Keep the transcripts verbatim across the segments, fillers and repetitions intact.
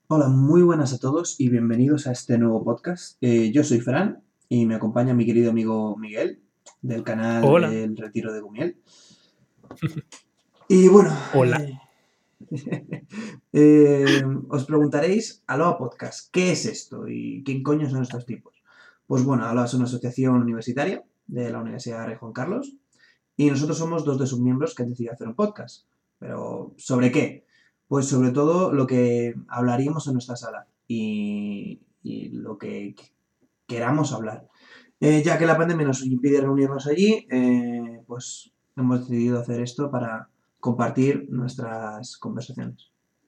Hola, muy buenas a todos y bienvenidos a este nuevo podcast. Eh, yo soy Fran y me acompaña mi querido amigo Miguel del canal Hola. El Retiro de Gumiel. Y bueno, Hola. eh, eh, os preguntaréis, Aloha Podcast, ¿qué es esto y quién coño son estos tipos? Pues bueno, Aloha es una asociación universitaria de la Universidad Rey Juan Carlos y nosotros somos dos de sus miembros que han decidido hacer un podcast. ¿Pero sobre qué? Pues sobre todo lo que hablaríamos en nuestra sala y, y lo que queramos hablar. Eh, ya que la pandemia nos impide reunirnos allí, eh, pues hemos decidido hacer esto para compartir nuestras conversaciones.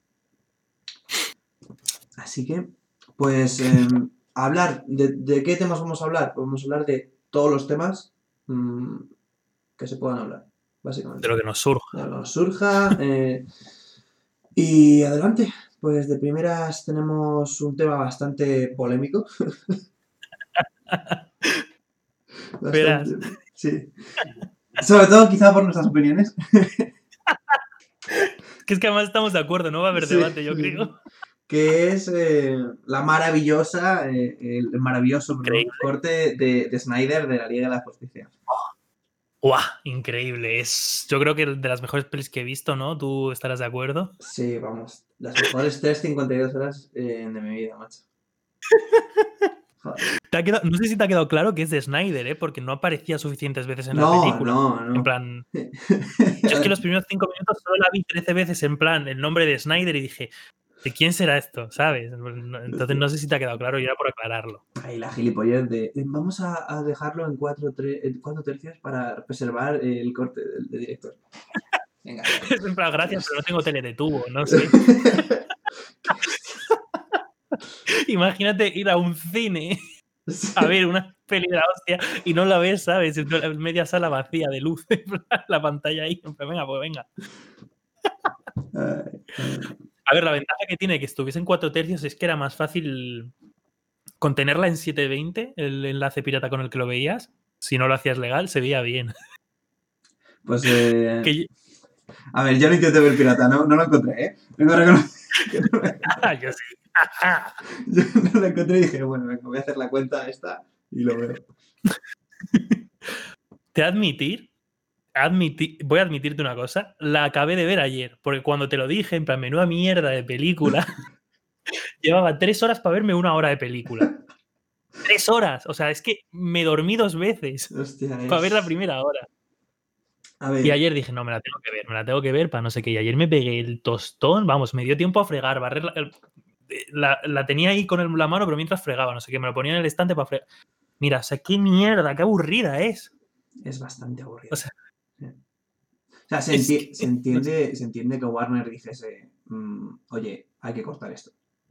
Así que, pues, eh, hablar, de, de, qué temas vamos a hablar? Pues vamos a hablar de todos los temas mmm, que se puedan hablar, De básicamente. lo que nos surja. De lo que nos surja. Eh, y adelante, pues de primeras tenemos un tema bastante polémico. Verás. Bastante, sí. Sobre todo quizá por nuestras opiniones. Que es que además estamos de acuerdo, no va a haber Sí, debate, yo sí. creo. Que es eh, la maravillosa, eh, el maravilloso, perdón, Increíble. corte de, de Snyder de la Liga de la Justicia. ¡Guau! Increíble. Es, yo creo que de las mejores pelis que he visto, ¿no? ¿Tú estarás de acuerdo? Sí, vamos, las mejores tres cincuenta y dos horas eh, de mi vida, macho. Joder. ¿Te ha quedado, no sé si te ha quedado claro que es de Snyder, ¿eh? Porque no aparecía suficientes veces en la No, película. no, En no. plan... Yo es que los primeros cinco minutos solo la vi trece veces en plan el nombre de Snyder y dije, ¿de quién será esto? ¿Sabes? Entonces no sé si te ha quedado claro y era por aclararlo. Ahí la gilipollez de eh, vamos a, a dejarlo en cuatro, tre- en cuatro tercios para preservar el corte del de director. Venga, ya. Es en plan, gracias, pero no tengo tele de tubo, no sé. Qué bestia. Imagínate ir a un cine Sí. a ver una peli de la hostia y no la ves, ¿sabes? Media sala vacía de luz, la pantalla ahí. Pues venga, pues venga. Ay, ay. A ver, la ventaja que tiene que estuviese en cuatro tercios es que era más fácil contenerla en setecientos veinte, el enlace pirata con el que lo veías. Si no lo hacías legal, se veía bien. Pues, eh, que... a ver, yo lo intenté ver pirata, no, no lo encontré, ¿eh? Vengo a reconocer que no lo encontré. Yo sí. Yo no lo encontré y dije, bueno, venga, voy a hacer la cuenta esta y lo veo. Te admitir, admitir, voy a admitirte una cosa, la acabé de ver ayer, porque cuando te lo dije, en plan, menuda mierda de película, llevaba tres horas para verme una hora de película. Tres horas. O sea, es que me dormí dos veces Hostia, para ver la es... primera hora. A Y ver, ayer dije, no, me la tengo que ver, me la tengo que ver para no sé qué. Y ayer me pegué el tostón, vamos, me dio tiempo a fregar, barrer la, el- la, la tenía ahí con el- la mano, pero mientras fregaba, no sé qué, me lo ponía en el estante para fregar. Mira, o sea, qué mierda, qué aburrida es. es bastante O aburrida. sea, Sí. O sea, se, es enti- que, se, no sé. entiende, se entiende que Warner dijese, mm, oye, hay que cortar esto.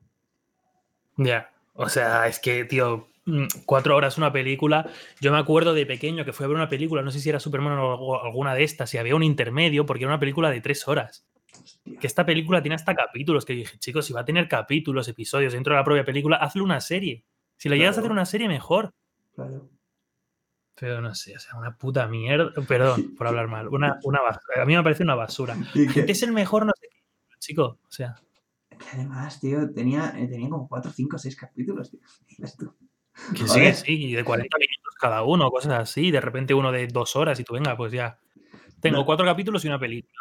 Ya, o sea, es que, tío, mm, cuatro horas una película. Yo me acuerdo de pequeño que fui a ver una película, no sé si era Superman o algo- alguna de estas, y había un intermedio porque era una película de tres horas. Hostia. Que esta película tiene hasta capítulos, que dije, chicos, si va a tener capítulos, episodios dentro de la propia película, hazle una serie. Si le llegas a hacer Claro, una serie, mejor. claro. Pero no sé, o sea, una puta mierda. Perdón por hablar mal. Una, una basura. A mí me parece una basura. Y La gente que, es el mejor, no sé qué. Chico, o sea. que además, tío, tenía, eh, tenía como cuatro, cinco, seis capítulos, tío. Dices tú, Que sí, que joder. sí, y de cuarenta minutos cada uno, cosas así. De repente uno de dos horas y tú, venga, pues ya. Tengo No, cuatro capítulos y una película.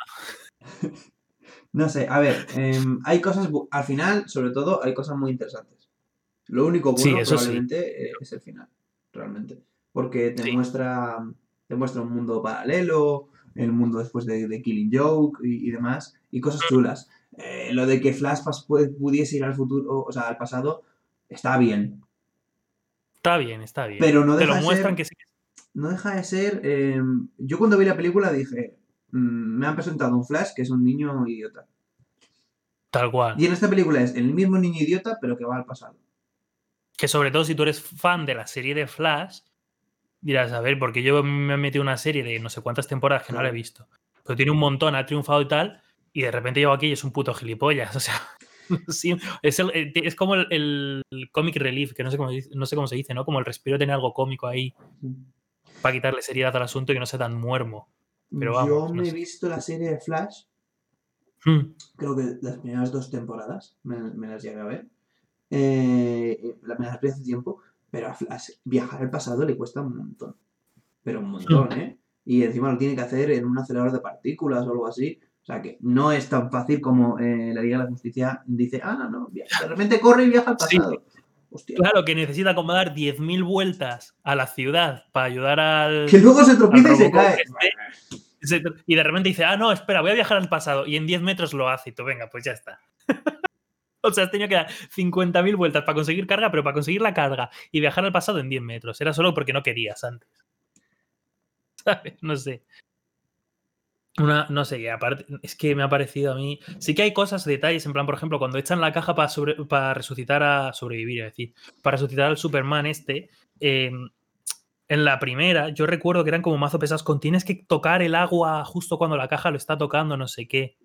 no sé, a ver, em, hay cosas, bu- al final, sobre todo, hay cosas muy interesantes. Lo único Sí, bueno eso sí. probablemente eh, es el final, realmente. Porque te Sí. muestra, te muestra un mundo paralelo, el mundo después de, de Killing Joke y, y demás, y cosas chulas. Eh, lo de que Flash pas- pu- pudiese ir al futuro, o sea, al pasado, está bien. Está bien, está bien. Pero no Te deja lo de muestran ser, que sí. no deja de ser, em, yo cuando vi la película dije, mm, me han presentado un Flash que es un niño idiota. Tal Y cual. en esta película es el mismo niño idiota, pero que va al pasado. Que sobre todo si tú eres fan de la serie de Flash, dirás, a ver, porque yo me he metido una serie de no sé cuántas temporadas que no la he Claro. visto. Pero tiene un montón, ha triunfado y tal, y de repente llego aquí y es un puto gilipollas. O sea, sí, es, el- eh, es como el, el comic relief, que no sé, cómo, dice- no sé cómo se dice, ¿no? Como el respiro tiene algo cómico ahí para quitarle seriedad al asunto y que no sea tan muermo. Pero Yo vamos, no me he sé. visto la serie de Flash Mm. Creo que las primeras dos temporadas me, me las llegué a ver. Eh, la me las vi hace tiempo, pero a Flash viajar al pasado le cuesta un montón. Pero un montón, Mm. ¿eh? Y encima lo tiene que hacer en un acelerador de partículas o algo así. O sea que no es tan fácil como eh, la Liga de la Justicia dice, ah, no, no, via- de repente corre y viaja al Sí, pasado. Hostia. claro, que necesita acomodar diez mil vueltas a la ciudad para ayudar Que al, luego se al tropieza y se Robocop cae. este. Se- Y de repente dice, ah, no, espera, voy a viajar al pasado. Y en diez metros lo hace. Y tú, venga, pues ya está. O sea, has tenido que dar cincuenta mil vueltas para conseguir carga, pero para conseguir la carga y viajar al pasado en diez metros. Era solo porque no querías antes. ¿Sabes? No sé. Una, no sé, aparte, es que me ha parecido a mí. Sí que hay cosas, detalles, en plan, por ejemplo, cuando echan la caja para, sobre, para resucitar a. Sobrevivir, es decir, para resucitar al Superman este. Eh, en la primera, yo recuerdo que eran como mazo pesados con tienes que tocar el agua justo cuando la caja lo está tocando, no sé qué.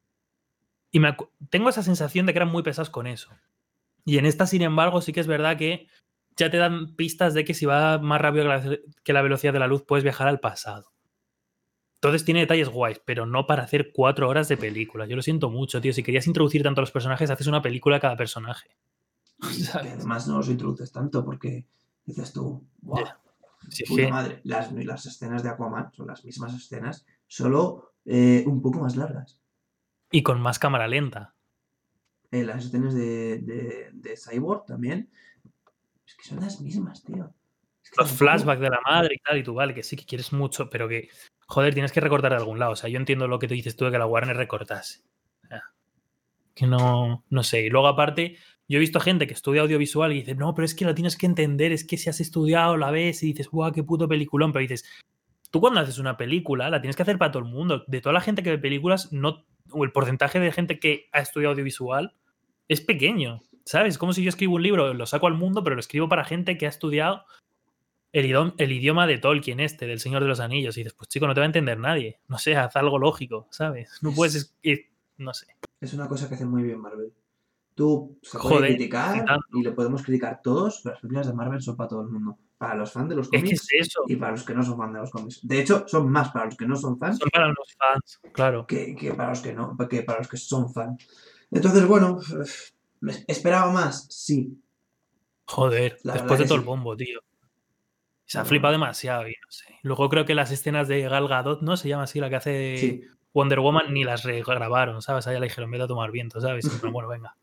Y me tengo esa sensación de que eran muy pesados con eso. Y en esta, sin embargo, sí que es verdad que ya te dan pistas de que si va más rápido que la, que la velocidad de la luz, puedes viajar al pasado. Entonces tiene detalles guays, pero no para hacer cuatro horas de película. Yo lo siento mucho, tío. Si querías introducir tanto a los personajes, haces una película a cada personaje. Y que además no los introduces tanto porque dices tú, ¡buah! Sí, Puta que... madre. Las, las escenas de Aquaman son las mismas escenas, solo eh, un poco más largas. Y con más cámara lenta. Eh, las escenas de, de, de Cyborg también. Es que son las mismas, tío. Es que Los tampoco... flashbacks de la madre y tal, y tú, vale, que sí que quieres mucho, pero que, joder, tienes que recortar de algún lado. O sea, yo entiendo lo que te dices tú de que la Warner recortase. O sea, que no, no sé. Y luego, aparte, yo he visto gente que estudia audiovisual y dice, no, pero es que lo tienes que entender, es que si has estudiado, la ves y dices, guau, qué puto peliculón. Pero dices, tú cuando haces una película, la tienes que hacer para todo el mundo. De toda la gente que ve películas, no, o el porcentaje de gente que ha estudiado audiovisual es pequeño. ¿Sabes? Como si yo escribo un libro, lo saco al mundo, pero lo escribo para gente que ha estudiado el idioma, el idioma de Tolkien este, del Señor de los Anillos. Y dices, pues chico, no te va a entender nadie. No sé, haz algo lógico, ¿sabes? No puedes... Es, no sé. Es una cosa que hace muy bien Marvel. Tú se puede Joder, criticar tanto. y le podemos criticar todos, pero las películas de Marvel son para todo el mundo. Para los fans de los Es que es cómics eso. y para los que no son fans de los cómics. De hecho, son más para los que no son fans Son para los fans, claro. que, que para los que no, que para los que son fans. Entonces, bueno, ¿me esperaba más? Sí. Joder, La después verdad de que todo el sí. bombo, tío. Se ha Pero flipado bueno, demasiado y no sé. Luego creo que las escenas de Gal Gadot, ¿no? Se llama así la que hace sí. Wonder Woman, ni las regrabaron, ¿sabes? Allá le dijeron, vete a tomar viento, ¿sabes? En plan, bueno, venga.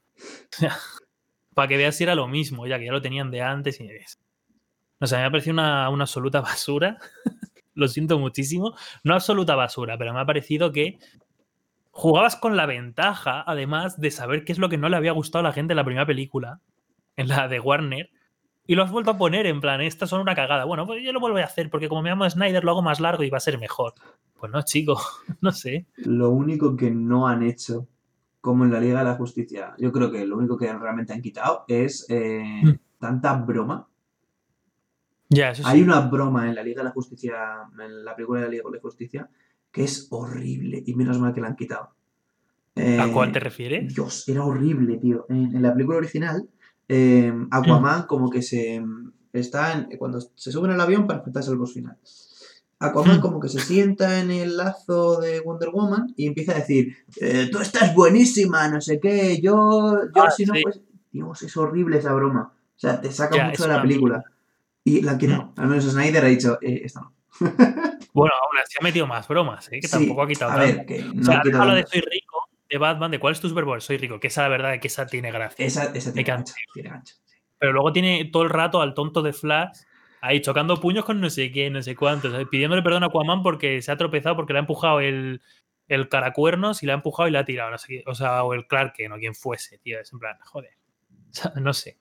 Para que veas si era lo mismo, ya que ya lo tenían de antes y... No sé, me ha parecido una, una absoluta basura. Lo siento muchísimo. No absoluta basura, pero me ha parecido que jugabas con la ventaja, además, de saber qué es lo que no le había gustado a la gente en la primera película, en la de Warner, y lo has vuelto a poner en plan, estas son una cagada. Bueno, pues yo lo vuelvo a hacer porque como me llamo Snyder lo hago más largo y va a ser mejor. Pues no, chico, no sé. Lo único que no han hecho, como en la Liga de la Justicia, yo creo que lo único que realmente han quitado es eh, tanta broma. Ya, eso Hay sí. una broma en la Liga de la Justicia, en la película de la Liga de la Justicia, que es horrible y menos mal que la han quitado. ¿A cuál te Eh, refieres? Dios, era horrible, tío. En, en la película original, eh, Aquaman como que se está en, cuando se suben al avión para enfrentarse al boss final. Aquaman como que se sienta en el lazo de Wonder Woman y empieza a decir, eh, tú estás buenísima, no sé qué, yo, yo Ah, si no sí. pues... Dios, es horrible esa broma. O sea, te saca Ya, mucho es de la una película. mierda. Y la han quitado. Al menos Snyder ha dicho, eh, esta no. Bueno, aún así ha metido más bromas, ¿eh? Que tampoco Sí, ha quitado a tanto. ver, que O no sea, ha ha quitado dejado la de tantas. Soy Rico, de Batman, de ¿cuál es tu superpoder? Soy rico, que esa la verdad es que esa tiene gracia. Esa, esa Hay tiene que gancha, admitirlo. tiene gancha. Sí. Pero luego tiene todo el rato al tonto de Flash ahí chocando puños con no sé qué, no sé cuántos, ¿sabes? Pidiéndole perdón a Aquaman porque se ha tropezado, porque le ha empujado el, el caracuernos y le ha empujado y le ha tirado, no sé qué. O sea, o el Clark Kent o quien fuese, tío. Es en plan, joder. O sea, no sé.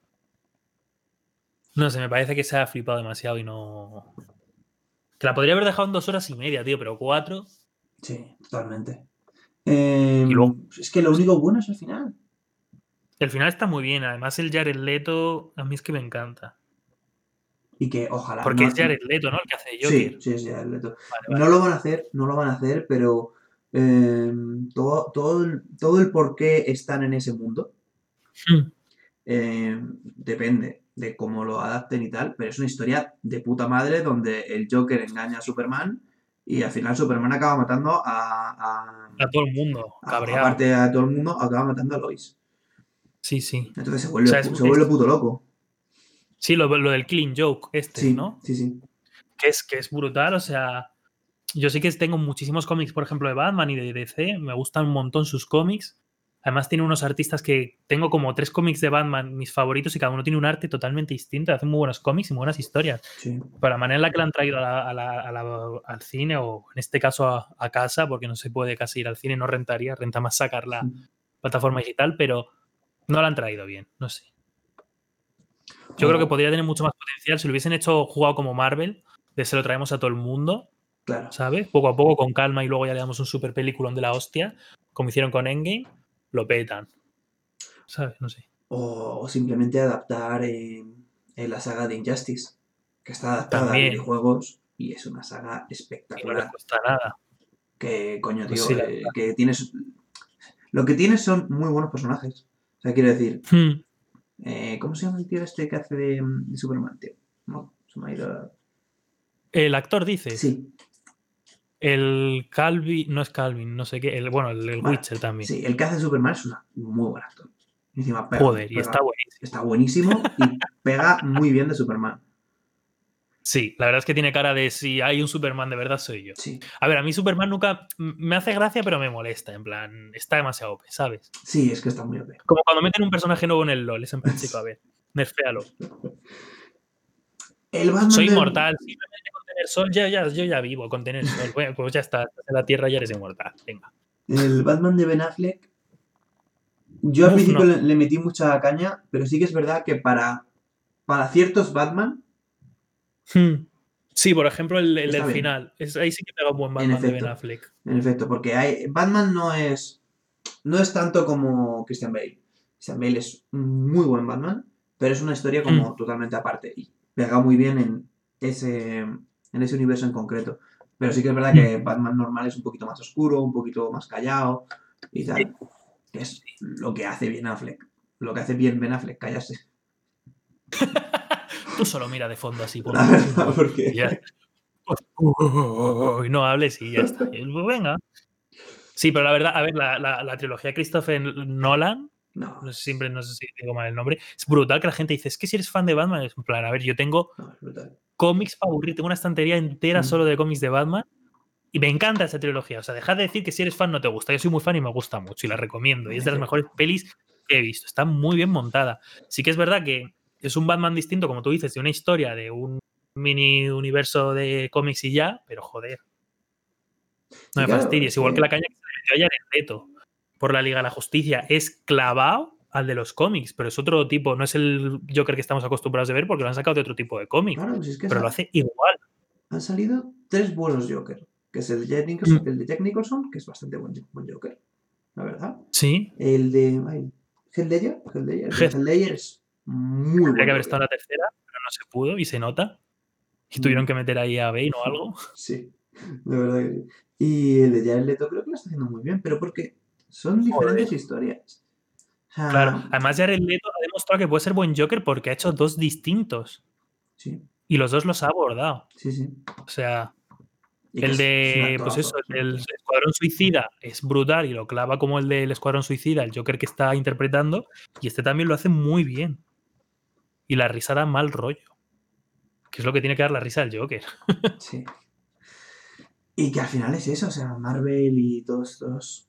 No sé, me parece que se ha flipado demasiado y no. Que la podría haber dejado en dos horas y media, tío, pero cuatro. Sí, totalmente. Eh, Y luego, es que lo único bueno es el final. el final está muy bien. Además, el Jared Leto, a mí es que me encanta. Y que ojalá Porque no. es Jared Leto, ¿no? El que hace de Sí, Joker. sí, sí, el Leto. Vale, No vale. lo van a hacer, no lo van a hacer, pero eh, todo, todo, el, todo el por qué están en ese mundo Hmm. eh, depende de cómo lo adapten y tal, pero es una historia de puta madre donde el Joker engaña a Superman Y al final Superman acaba matando a... A, a todo el mundo, a, cabreado. aparte a todo el mundo, acaba matando a Lois. Sí, sí. Entonces se vuelve, O sea, es- se vuelve es- puto loco. Sí, lo, lo del Killing Joke, este, Sí, ¿no? sí, sí. Que es, que es brutal, o sea, yo sí que tengo muchísimos cómics, por ejemplo, de Batman y de D C, me gustan un montón sus cómics. Además tiene unos artistas que tengo como tres cómics de Batman, mis favoritos, y cada uno tiene un arte totalmente distinto, hacen muy buenos cómics y muy buenas historias. Sí. Pero la manera en la que la han traído a la- a la- a la- al cine, o en este caso a, a casa, porque no se puede casi ir al cine, no rentaría, renta más sacar la Mm. plataforma digital, pero no la han traído bien, no sé. Yo O- creo que podría tener mucho más potencial si lo hubiesen hecho jugado como Marvel, de se lo traemos a todo el mundo, Claro. ¿sabes? Poco a poco, con calma, y luego ya le damos un super peliculón de la hostia, como hicieron con Endgame, lo petan. ¿Sabes? No sé. O, o simplemente adaptar eh, en la saga de Injustice, que está adaptada También. a videojuegos y es una saga Y no les espectacular. cuesta nada. Que, coño, Pues tío, sí, la eh, que tienes... Lo que tienes son muy buenos personajes. O sea, quiero decir, Hmm. eh, ¿cómo se llama el tío este que hace de, de Superman, tío? No, se me ha ido... El actor, dices. Sí, El Calvin, no es Calvin, no sé qué. El, bueno, el, el vale. Witcher también. Sí, el que hace Superman es una- un muy buen actor. Y encima pega, Joder, y pega- está buenísimo. está buenísimo y pega muy bien de Superman. Sí, la verdad es que tiene cara de si hay un Superman de verdad soy yo. Sí, A ver, a mí Superman nunca m- me hace gracia, pero me molesta. En plan, está demasiado O P, ¿sabes? sí, es que está muy O P. Como cuando meten un personaje nuevo en el LoL. Es en plan, chico, a ver, nerféalo. El Batman Soy de... inmortal. Simplemente con tener sol, ya, ya, yo ya vivo con tener sol. Bueno, pues ya está, estás en la Tierra ya eres inmortal. Venga. El Batman de Ben Affleck, yo al Uf, principio no. le, le metí mucha caña, pero sí que es verdad que para, para ciertos Batman, Hmm. Sí, por ejemplo, el, el Está del bien. final. Es, ahí sí que pega un buen En Batman de Ben efecto. Affleck. en efecto, porque hay, Batman no es, no es tanto como Christian Bale. Christian Bale es un muy buen Batman, pero es una historia como Hmm. totalmente aparte y pega muy bien en ese, en ese universo en concreto. Pero sí que es verdad que Batman normal es un poquito más oscuro, un poquito más callado y tal. Que es lo que hace bien Affleck. Lo que hace bien Ben Affleck, callarse. Tú solo mira de fondo así. Por La verdad, porque... ya. Uy, no hables y ya está. Y, pues, venga. Sí, pero la verdad, a ver, la, la, la trilogía de Christopher Nolan, No, no sé, siempre no sé si digo mal el nombre, es brutal que la gente dice, es que si eres fan de Batman, es en plan, a ver, yo tengo no, es brutal. cómics para aburrir, tengo una estantería entera Mm. solo de cómics de Batman y me encanta esa trilogía. O sea, dejad de decir que si eres fan no te gusta. Yo soy muy fan y me gusta mucho y la recomiendo. Y es de las mejores pelis que he visto. Está muy bien montada. Sí que es verdad que es un Batman distinto, como tú dices, de una historia, de un mini universo de cómics y ya, pero joder. No Sí, me claro, fastidies. es Igual que que- la caña que se le metió a Jared Leto por la Liga de la Justicia. Es clavado al de los cómics, pero es otro tipo. No es el Joker que estamos acostumbrados a ver porque lo han sacado de otro tipo de cómic. Claro, pues es que Pero sa- lo hace igual. han salido tres buenos Joker. Que es el de Jack Nicholson, el de Jack Nicholson, que es bastante buen, buen Joker, la verdad. Sí. El de ay, Heath Ledger, Heath Ledger, el de Heath- Heath Ledger es muy Tendría buen que haber Joker. estado en la tercera, pero no se pudo y se nota. Y Mm. tuvieron que meter ahí a Bane o algo. Sí, de verdad que sí. Y el de Jared Leto creo que lo está haciendo muy bien, pero porque son diferentes Joder. historias. O sea, Claro. Además, Jared Leto ha demostrado que puede ser buen Joker porque ha hecho dos distintos. Sí, Y los dos los ha abordado. sí, sí. O sea, Y que el es- es un de, actorazo, pues eso, es un el actorazo. Escuadrón Suicida es brutal y lo clava como el del Escuadrón Suicida, el Joker que está interpretando. Y este también lo hace muy bien. Y la risa da mal rollo. Que es lo que tiene que dar la risa al Joker. Sí. Y que al final es eso, o sea, Marvel y todos estos.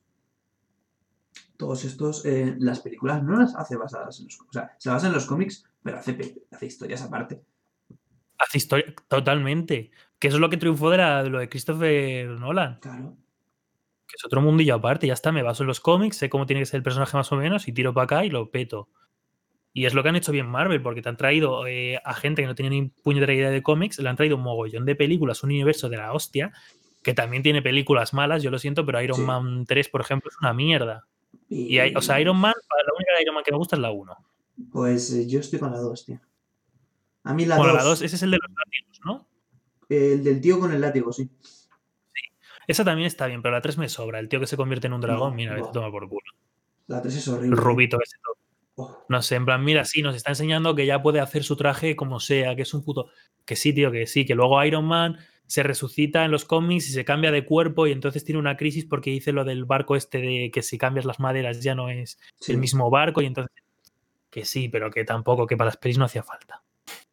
Todos estos. eh, las películas no las hace basadas en los cómics. O sea, se basan en los cómics, pero hace, pe- hace historias aparte. Hace historia totalmente. Que eso es lo que triunfó de, la, de lo de Christopher Nolan. Claro. Que es otro mundillo aparte. Ya está, me baso en los cómics, sé cómo tiene que ser el personaje más o menos y tiro para acá y lo peto. Y es lo que han hecho bien Marvel, porque te han traído eh, a gente que no tenía ni puñetera idea de cómics, le han traído un mogollón de películas, un universo de la hostia, que también tiene películas malas, yo lo siento, pero Iron Sí. Man tres, por ejemplo, es una mierda. Y, Y hay, o sea, Iron Man, la única de Iron Man que me gusta es la uno. Pues eh, yo estoy con la dos, tío. A mí la Bueno, dos. la dos, ese es el de los látigos, ¿no? El del tío con el látigo, sí. Esa también está bien, pero la tres me sobra. El tío que se convierte en un dragón, No, mira, vete no. a tomar por culo. La tres es El horrible. rubito ese todo. Oh, No sé, en plan, mira, sí, nos está enseñando que ya puede hacer su traje como sea, que es un puto. Que sí, tío, que sí, que luego Iron Man se resucita en los cómics y se cambia de cuerpo y entonces tiene una crisis porque dice lo del barco este de que si cambias las maderas ya no es Sí. el mismo barco y entonces que sí, pero que tampoco, que para las pelis no hacía falta.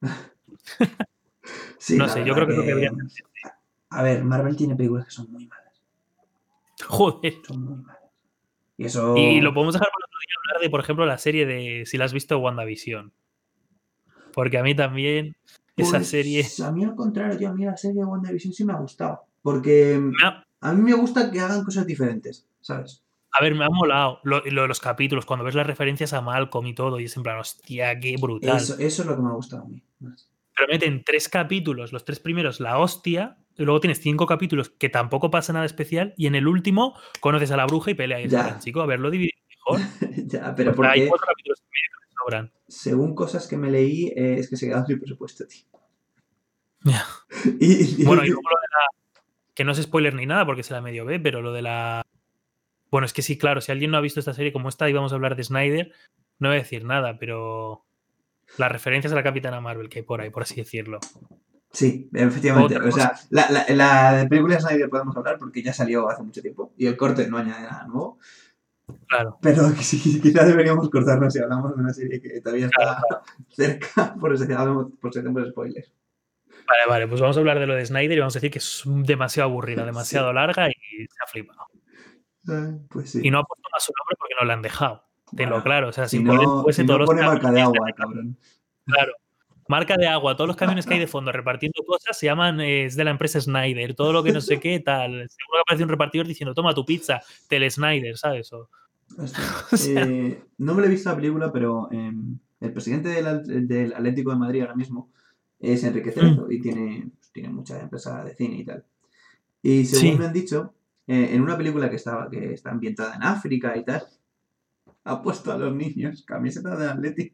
Sí, no la sé, yo verdad creo que, es lo que que... deberían hacer. A ver, Marvel tiene películas que son muy malas. Joder. Son muy malas. Y eso... Y lo podemos dejar para otro día hablar de, por ejemplo, la serie de, si la has visto, WandaVision. Porque a mí también esa Pues serie... a mí al contrario, tío, a mí la serie de WandaVision sí me ha gustado. Porque me ha- a mí me gusta que hagan cosas diferentes, ¿sabes? a ver, me ha molado lo, lo de los capítulos, cuando ves las referencias a Malcolm y todo, y es en plan, hostia, qué brutal. Eso, eso es lo que me ha gustado a mí. Más. Pero meten tres capítulos, los tres primeros, la hostia, y luego tienes cinco capítulos que tampoco pasa nada especial, y en el último conoces a la bruja y pelea. Y es en Ya. plan, chico, haberlo dividido mejor. Ya, pero O sea, hay porque cuatro capítulos y medio que me sobran. según cosas que me leí, eh, es que se quedaron sin presupuesto, tío. Ya. Y, y- Bueno, y luego lo de la... Que no es spoiler ni nada porque se la medio ve, pero lo de la... Bueno, es que sí, claro, si alguien no ha visto esta serie como esta, íbamos a hablar de Snyder, no voy a decir nada, pero las referencias a la Capitana Marvel que hay por ahí, por así decirlo. Sí, efectivamente. Otra O sea, la, la, la de película de Snyder podemos hablar porque ya salió hace mucho tiempo y el corte no añade nada nuevo. Claro. Pero sí, quizás deberíamos cortarnos si hablamos de una serie que todavía está Claro, claro. cerca por si hablamos por si hacemos spoilers. Vale, vale, pues vamos a hablar de lo de Snyder y vamos a decir que es demasiado aburrida, demasiado Sí. larga y se ha flipado. Eh, Pues sí. Y no ha puesto más su nombre porque no la han dejado. Tenlo Bueno, claro. O sea, si si, ponen, no, fuese si todos no los pone marca de camiones agua, de- cabrón. Claro. Marca de agua, todos los camiones que hay de fondo repartiendo cosas se llaman, eh, es de la empresa Snyder, todo lo que no sé qué, tal. Seguro que aparece un repartidor diciendo, toma tu pizza, Tele Snyder, ¿sabes? O, Hostia. o sea, Eh, no me lo he visto la película, pero eh, el presidente del, At- del Atlético de Madrid ahora mismo es Enrique Cerezo y tiene, pues, tiene mucha empresa de cine y tal. Y según sí. me han dicho, eh, en una película que, estaba, que está ambientada en África y tal, ha puesto a los niños camisetas de Atleti.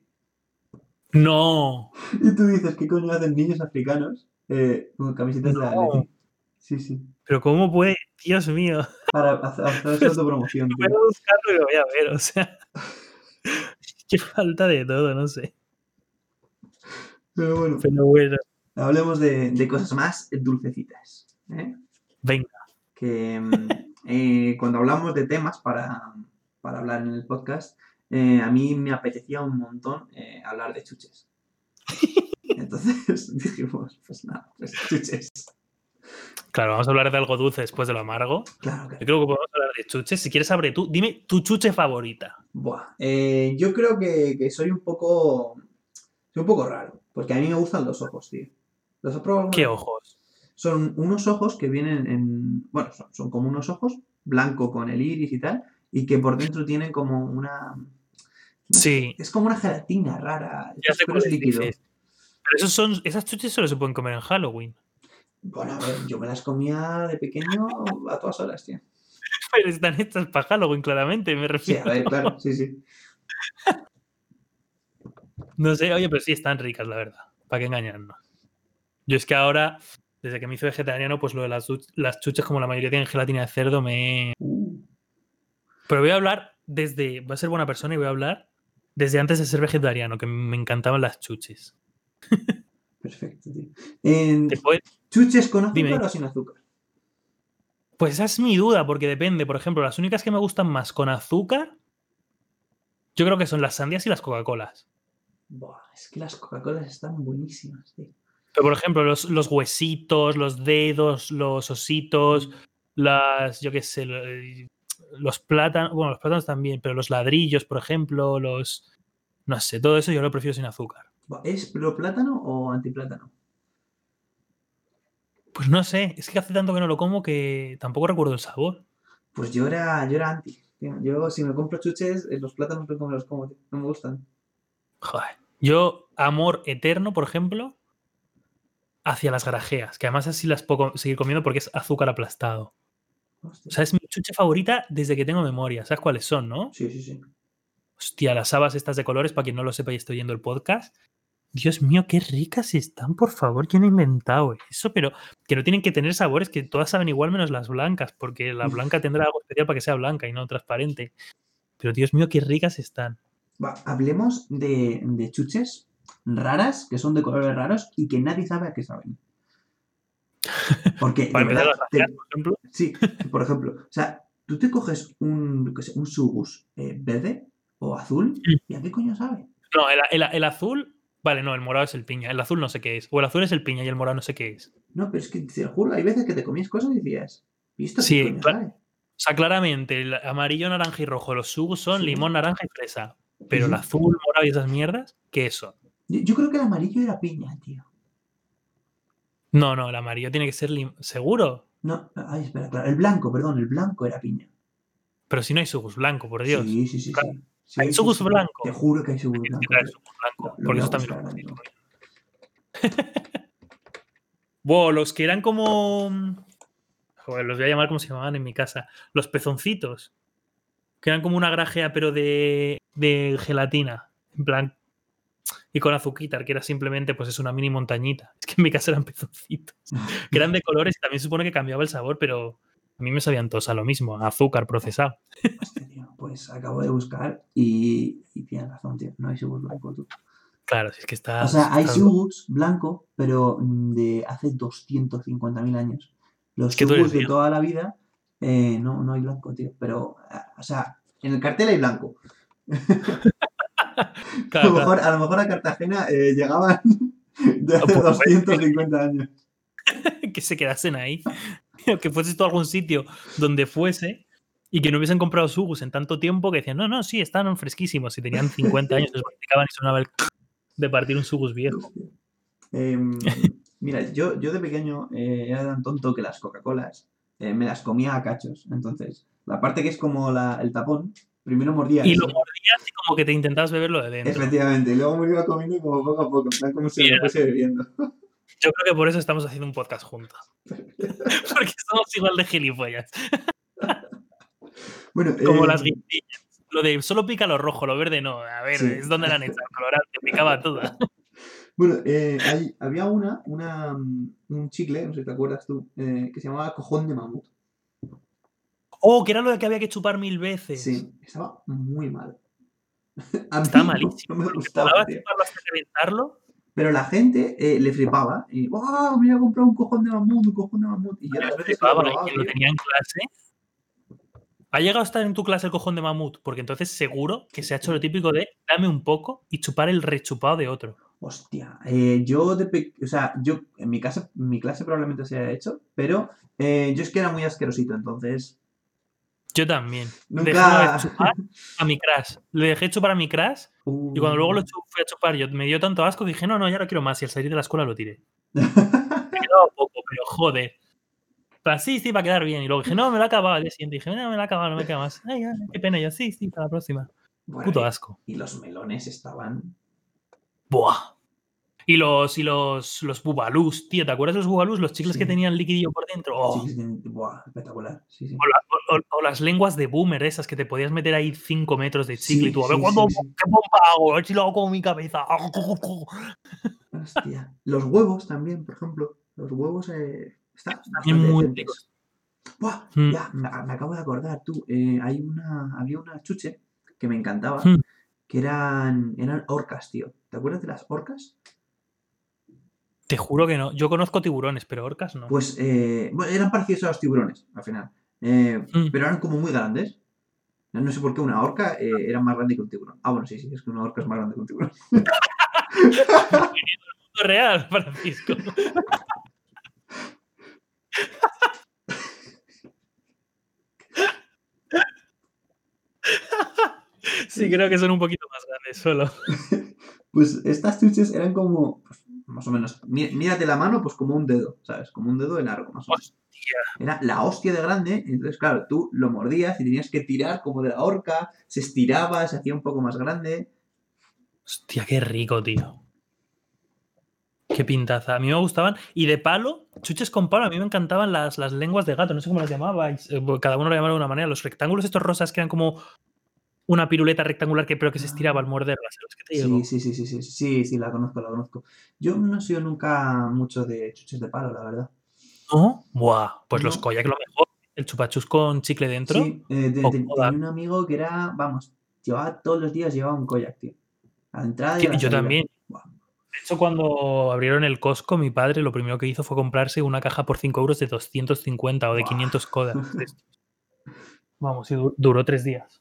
No. Y tú dices, ¿qué coño hacen niños africanos eh, con camisetas de No. Atleti? Sí, sí. Pero ¿cómo puede? Dios mío. Para hacer, hacer su autopromoción, Voy tío. a buscarlo y lo voy a ver, o sea. Qué falta de todo, no sé. Pero bueno, Pero bueno, hablemos de, de cosas más dulcecitas. ¿eh? venga. Que mm, eh, cuando hablamos de temas para, para hablar en el podcast, eh, a mí me apetecía un montón eh, hablar de chuches. Entonces dijimos, pues nada, pues chuches. Claro, vamos a hablar de algo dulce después de lo amargo. Claro Yo que. creo que podemos hablar de chuches. Si quieres, abre tú. Dime tu chuche favorita. Buah. Eh, yo creo que, que soy un poco. Soy un poco raro. Porque a mí me gustan los ojos, tío. ¿Los has probado alguna ¿Qué vez? ojos? Son unos ojos que vienen en. Bueno, son, son como unos ojos, blanco con el iris y tal, y que por dentro tienen como una. no sé, Sí, es como una gelatina rara, ya es- sé pero es cuáles líquido. dices. Pero esos son, esas chuches solo se pueden comer en Halloween. Bueno, a ver, yo me las comía de pequeño a todas horas, tío. Pero están hechas para Halloween, claramente, me Sí, refiero. a ver, claro, sí, sí. No sé, oye, pero sí están ricas, la verdad. ¿Para qué engañarnos? Yo es que ahora, desde que me hice vegetariano, pues lo de las, chu- las chuches, como la mayoría tienen gelatina de cerdo, me... Uh, Pero voy a hablar desde... Voy a ser buena persona y voy a hablar desde antes de ser vegetariano, que me encantaban las chuches. perfecto, tío. En- Te puede- ¿Chuches con Dime, azúcar dime. o sin azúcar? Pues esa es mi duda, porque depende. Por ejemplo, las únicas que me gustan más con azúcar, yo creo que son las sandías y las Coca-Colas. Buah, es que las Coca-Colas están buenísimas, tío. Pero, por ejemplo, los, los huesitos, los dedos, los ositos, las, yo qué sé, lo- eh, los plátanos, bueno, los plátanos también, pero los ladrillos, por ejemplo, los, no sé, todo eso yo lo prefiero sin azúcar. Buah, ¿es pro plátano o antiplátano? Pues no sé, es que hace tanto que no lo como que tampoco recuerdo el sabor. Pues yo era, yo era anti. Tío. Yo, si me compro chuches, eh, los plátanos no me los como, tío. No me gustan. Joder. Yo, amor eterno, por ejemplo, hacia las grajeas, que además así las puedo seguir comiendo porque es azúcar aplastado. Hostia. O sea, es mi chuche favorita desde que tengo memoria. ¿Sabes cuáles son, no? Sí, sí, sí. Hostia, las habas estas de colores, para quien no lo sepa y esté oyendo el podcast. Dios mío, qué ricas están, por favor. ¿Quién ha inventado eso? Pero que no tienen que tener sabores, que todas saben igual menos las blancas, porque la blanca tendrá algo especial para que sea blanca y no transparente. Pero Dios mío, qué ricas están. Va, hablemos de, de chuches raras, que son de colores raros y que nadie sabe a qué saben. Porque, Para de empezar, verdad, las te- gracias, por ejemplo. sí, por ejemplo, o sea, tú te coges un, yo qué sé, un Sugus eh, verde o azul, ¿y a qué coño sabe? No, el, el- el azul. Vale, no, el morado es el piña. El azul no sé qué es. O el azul es el piña y el morado no sé qué es. No, pero es que te lo juro, hay veces que te comías cosas y decías, ¿y esto qué Sí, coño cla- sabe? o sea, claramente, el amarillo, naranja y rojo. Los sugus son Sí, limón, naranja y fresa. sí, Pero el sí. azul, morado y esas mierdas, ¿qué son? Yo, yo creo que el amarillo era piña, tío. No, no, el amarillo tiene que ser lim- seguro. No, ay, espera, claro, el blanco, perdón, el blanco era piña. Pero si no hay sugus blanco, por Dios. Sí, sí, sí, Claro, sí. hay Sí, sí, sugus sí. Te blanco. juro que hay Sugus Tienes que blanco, traer tío. sugus blanco, Lo, lo porque voy a eso también buscar lo ahora necesito. mismo. Wow, los que eran como. Joder, los voy a llamar como se llamaban en mi casa. Los pezoncitos. Que eran como una grajea, pero de, de gelatina. En plan. Y con azuquitar, que era simplemente, pues es una mini montañita. Es que en mi casa eran pezoncitos. Que eran de colores y también se supone que cambiaba el sabor, pero a mí me sabían todos a lo mismo, a azúcar procesado. Hostia, tío, pues acabo de buscar y, y tienes razón, tío. No hay Sugus blanco, tú. Claro, si es que O estás. sea, hay estás loco. Sugus blanco, pero mm, de hace doscientos cincuenta mil años. Los Es que tú eres Sugus de viejo. toda la vida, eh, no, no hay blanco, tío. Pero, ah, o sea, en el cartel hay blanco. A Claro, lo claro. mejor a, lo mejor a Cartagena eh, llegaban de hace Pues, doscientos cincuenta años. que se quedasen ahí. Que fueses tú a algún sitio donde fuese y que no hubiesen comprado sugus en tanto tiempo que decían, no, no, sí, están fresquísimos. Y tenían cincuenta años, los masticaban y sonaba el de partir un sugus viejo. Hostia. Em, mira, yo, yo de pequeño eh, era tan tonto que las Coca-Colas eh, me las comía a cachos. Entonces, la parte que es como la- el tapón, primero mordía Y lo eso. mordías y como que te intentabas beberlo de dentro. Efectivamente, y luego me lo iba comiendo como poco a poco, en plan como si me lo Mira, fuese bebiendo. yo creo que por eso estamos haciendo un podcast juntos. Porque somos igual de gilipollas. Bueno, Como eh, las guindillas. Lo de solo pica lo rojo, lo verde no. A ver, sí. es donde la han echado el colorante, picaba toda. Bueno, eh, hay- había una, una, mm, un chicle, no sé si te acuerdas tú, eh, que se llamaba cojón de mamut. Oh, que era lo de que había que chupar mil veces. Sí, estaba muy mal. A mí Estaba no, malísimo. no me Porque gustaba, molaba tío. chuparlo hasta reventarlo. Pero la gente eh, le flipaba. Y, ¡wow! Me voy a comprar un cojón de mamut, un cojón de mamut. Y yo Me las lo veces que lo he flipaba. Y probado, quien lo tío. tenía en clase. ¿Ha llegado a estar en tu clase el cojón de mamut? Porque entonces seguro que se ha hecho lo típico de dame un poco y chupar el rechupado de otro. Hostia, eh, yo de pe- o sea, yo en mi casa, en mi clase probablemente se haya hecho, pero eh, yo es que era muy asquerosito, entonces Yo también. Dejé una vez nunca. chupar a mi crush. Le dejé chupar a mi crush y cuando luego lo Uh. chu- fui a chupar yo me dio tanto asco que dije, no, no, ya no quiero más. Y al salir de la escuela lo tiré. Me quedaba poco, pero joder. Pero sí, sí, va a quedar bien. Y luego dije, no, me lo he acabado. Al día siguiente dije, no, me lo he acabado, no me queda más. Ay, ay, qué pena. Y yo, sí, sí, para la próxima. Bueno, Puto y, asco. y los melones estaban. Buah. Y los, y los, los bubalús, tío, ¿te acuerdas de los bubalús? Los chicles que Sí, tenían liquidillo por dentro. sí, Oh. que tienen- buah, espectacular. Sí, sí. O, la- o- o las lenguas de boomer, esas que te podías meter ahí cinco metros de chicle y Sí, tú, a ver sí, cuándo, sí, sí. qué pompa hago, a ver si lo hago con mi cabeza. Hostia. Los huevos también, por ejemplo. Los huevos eh, están También bastante muy decentes. ricos. Buah, Mm, ya, me, me acabo de acordar, tú. eh, hay una, había una chuche que me encantaba, mm. que eran, eran orcas, tío. ¿Te acuerdas de las orcas? Te juro que no. Yo conozco tiburones, pero orcas no. Pues eh, bueno, eran parecidos a los tiburones, al final. Eh, Mm. pero eran como muy grandes. No, no sé por qué una orca eh, era más grande que un tiburón. Ah, bueno, sí, sí, es que una orca es más grande que un tiburón. Mundo real, Francisco. Sí, creo que son un poquito más grandes solo. Pues estas chuches eran como, pues, más o menos, mí- mírate la mano, pues como un dedo, ¿sabes? Como un dedo de largo, más o menos. Hostia. Era la hostia de grande, entonces, claro, tú lo mordías y tenías que tirar como de la horca, se estiraba, se hacía un poco más grande. Hostia, qué rico, tío. Qué pintaza. A mí me gustaban. Y de palo, chuches con palo, a mí me encantaban las, las lenguas de gato. No sé cómo las llamabais. Eh, Cada uno lo llamaba de una manera. Los rectángulos estos rosas que eran como una piruleta rectangular que pero que se estiraba al Ah, morderlas. ¿Sabes qué te sí, digo? sí, sí, sí, sí, sí, sí, la conozco, la conozco. Yo no he sido nunca mucho de chuches de palo, la verdad. ¿No? Buah. Pues los No, Koyak lo mejor. El chupachus con chicle dentro. sí, eh, te- O te- Kodak. tenía un amigo que era, vamos, llevaba todos los días, llevaba un Koyak, tío. A la entrada y a Tío, la yo salida. también. Buah. De hecho, cuando abrieron el Costco, mi padre lo primero que hizo fue comprarse una caja por cinco euros de doscientos cincuenta o de Buah. quinientos Kodaks. de estos. Vamos, y du- duró tres días.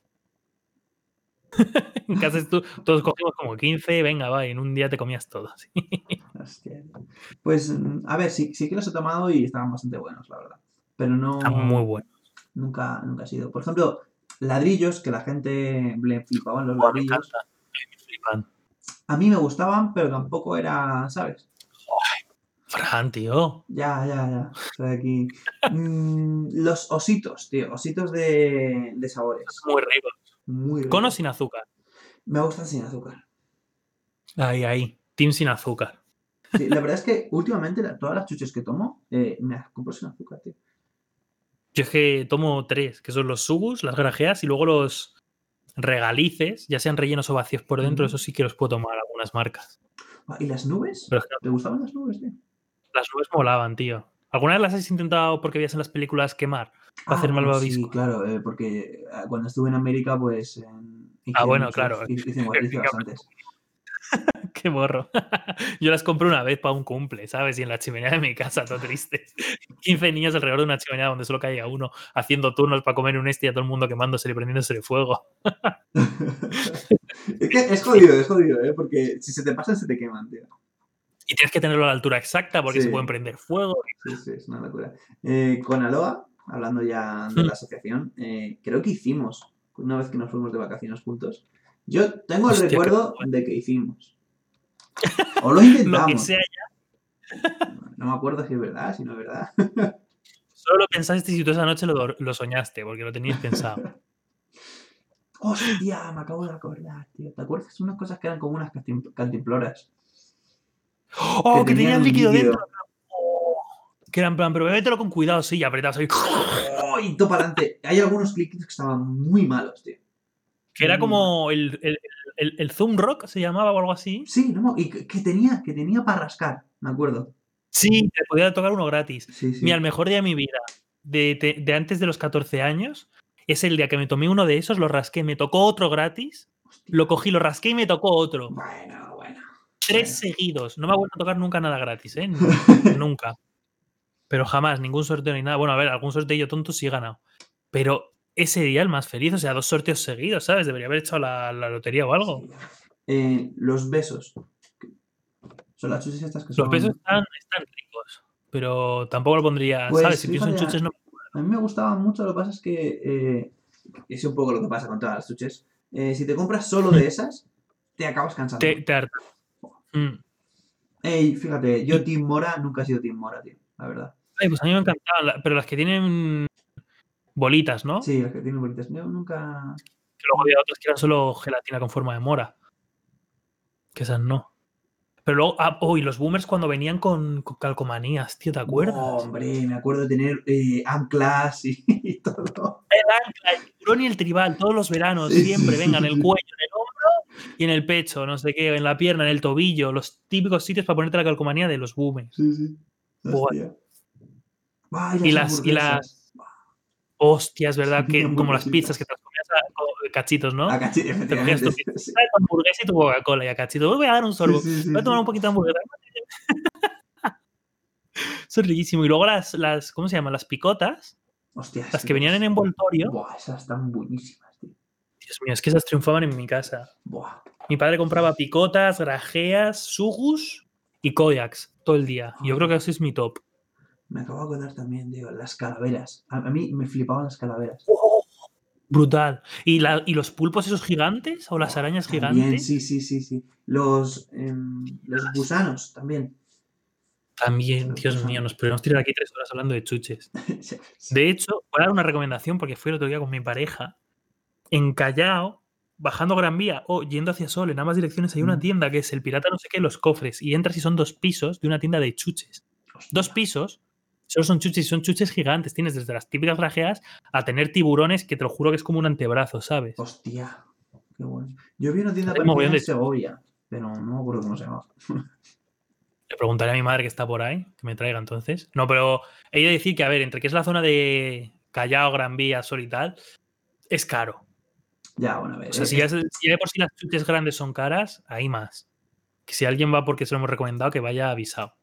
En casa estu- todos cogimos como quince, venga, va, y en un día te comías todo. sí. Hostia. Pues, mm, a ver, sí, sí que los he tomado y estaban bastante buenos, la verdad. Pero Están muy no, buenos. nunca, nunca ha sido. Por ejemplo, ladrillos, que la gente le flipaban los Buah, me ladrillos. encanta. A mí me flipan. A mí me gustaban, pero tampoco era, ¿sabes? Fran, tío. Ya, ya, ya. Estoy aquí. Mm, los ositos, tío. Ositos de, de sabores. Muy ricos. Muy Con o ricos. sin azúcar. Me gustan sin azúcar. Ahí, ahí. Team sin azúcar. Sí, la verdad es que últimamente la- todas las chuches que tomo eh, me las compro sin azúcar, tío. Yo es que tomo tres, que son los subus, las grajeas y luego los regalices, ya sean rellenos o vacíos por dentro, Ujú. eso sí que los puedo tomar algunas marcas. Ah, ¿y las nubes? Pero es que ¿Te gustaban las nubes, tío? las nubes molaban, tío. ¿Alguna vez las has intentado porque veías en las películas quemar para Ah, hacer bueno, sí, malvavisco? claro, eh, porque eh, cuando estuve en América, pues eh, Ah, hice bueno, claro. muchos, hice, hice- hice bastantes. Qué morro. Yo las compré una vez para un cumple, ¿sabes? Y en la chimenea de mi casa, todo triste. quince niños alrededor de una chimenea donde solo caía uno, haciendo turnos para comer un este y a todo el mundo quemándose y prendiéndose de fuego. Es que es jodido, es jodido, ¿eh? Porque si se te pasan, se te queman, tío. Y tienes que tenerlo a la altura exacta porque se pueden Sí, prender fuego. sí, sí, es una locura. Eh, con Aloha, hablando ya de Hmm. la asociación, eh, creo que hicimos, una vez que nos fuimos de vacaciones juntos, yo tengo el Hostia, qué recuerdo bueno. de que hicimos. O lo Lo que intentamos. sea ya. No me acuerdo si es verdad, si no es verdad. Solo lo pensaste si tú esa noche lo, dor- lo soñaste, porque lo teníais pensado. Hostia, me acabo de acordar, tío. ¿Te acuerdas? Unas cosas que eran como unas cantim- cantimploras. Que ¡Oh, que tenían tenía el un líquido dentro! líquido. Oh, que era en plan, pero bébetelo con cuidado, sí, y apretabas ahí. ¡Oh! Y todo para adelante. Hay algunos líquidos que estaban muy malos, tío. Que era Muy malos. como el, el, el, el Zoom Rock, se llamaba o algo así. Sí, no, y que, que tenía, que tenía para rascar, me acuerdo. Sí, te podía tocar uno gratis. Sí, Mira, el sí. mejor día de mi vida, de, de, de antes de los catorce años, es el día que me tomé uno de esos, lo rasqué, me tocó otro gratis, Hostia. lo cogí, lo rasqué y me tocó otro. Bueno, bueno. Tres bueno. seguidos. No me ha vuelto a tocar nunca nada gratis, ¿eh? Nunca. Pero jamás, ningún sorteo ni nada. Bueno, a ver, algún sorteo tonto sí he ganado. Pero ese día el más feliz, o sea, dos sorteos seguidos, ¿sabes? Debería haber hecho la, la lotería o algo. Sí. Eh, los besos. Son las chuches estas que Los besos son. están, están ricos, pero tampoco lo pondría, ¿sabes? Pues Si pienso en fíjate, chuches, a, no. a mí me gustaban mucho, lo que pasa es que. Eh, es un poco lo que pasa con todas las chuches. Eh, si te compras solo de esas, te acabas Te, cansando. te harta. Mm. Ey, fíjate, yo Y, Team Mora nunca he sido Team Mora, tío, la verdad. ay, pues a mí me encantaban, la- pero las que tienen bolitas, ¿no? Sí, las que tienen bolitas. Yo nunca. Que luego había otras que eran solo gelatina con forma de mora. Que esas no. Pero luego, ah, oh, y los boomers cuando venían con, con calcomanías, tío, ¿te Buah, acuerdas? hombre, me acuerdo de tener eh, anclas y, y todo. El ancla, el tiburón y el tribal, todos los veranos, Sí, sí, siempre, sí, venga, en el sí. cuello, en el hombro y en el pecho, no sé qué, en la pierna, en el tobillo, los típicos sitios para ponerte la calcomanía de los boomers. Sí, sí. Buah. Hostia. Buah, y Y las las, y hamburguesas. las hostias, ¿verdad? Y Que, como las pizzas que hamburguesitas. te las comías a, como cachitos, ¿no? A cachete, Te cogías efectivamente. tu Sí, pizza, sí, tu hamburguesa y tu Coca-Cola y a cachito. Voy a dar un sí, sorbo. sí, Voy sí, a tomar un sí. poquito de hamburguesa. Eso es riquísimo. Y luego las, las, ¿cómo se llaman? Las picotas, Hostia, es las que que venían en cosas. envoltorio. Buah, esas están buenísimas, tío. Dios mío, es que esas triunfaban en mi casa. Buah. Mi padre compraba picotas, grajeas, sugus y Kodaks todo el día. Yo creo Ah, que ese es mi top. me acabo de acordar también, tío, las calaveras. A, a mí me flipaban las calaveras. ¡Oh! Brutal. ¿Y, la, ¿Y los pulpos esos gigantes o las Buah, arañas también, sí, gigantes? sí, sí, sí. Los, em, los gusanos, también. También, Los Dios mío, gusanos. nos podemos tirar aquí tres horas hablando de chuches. Sí, sí. De hecho, voy a dar una recomendación porque fui el otro día con mi pareja. En Callao, bajando Gran Vía o yendo hacia Sol, en ambas direcciones hay una Mm, tienda que es el Pirata no sé qué, Los Cofres. Y entras y son dos pisos de una tienda de chuches. Dos hostia. pisos, solo son chuches y son chuches gigantes. Tienes desde las típicas grajeas a tener tiburones que te lo juro que es como un antebrazo, ¿sabes? Hostia. Qué bueno. Yo vi una tienda Hay un parecida mogollón en de chuches. Segovia, pero no me acuerdo cómo se llama. Le preguntaré a mi madre que está por ahí, que me traiga entonces. No, pero he de decir que, a ver, entre que es la zona de Callao, Gran Vía, Sol y tal, es caro. Ya, bueno, a ver. O sea, eh, si ya, es- si ya de por sí las chuches grandes son caras, ahí más. Que si alguien va porque se lo hemos recomendado, que vaya avisado.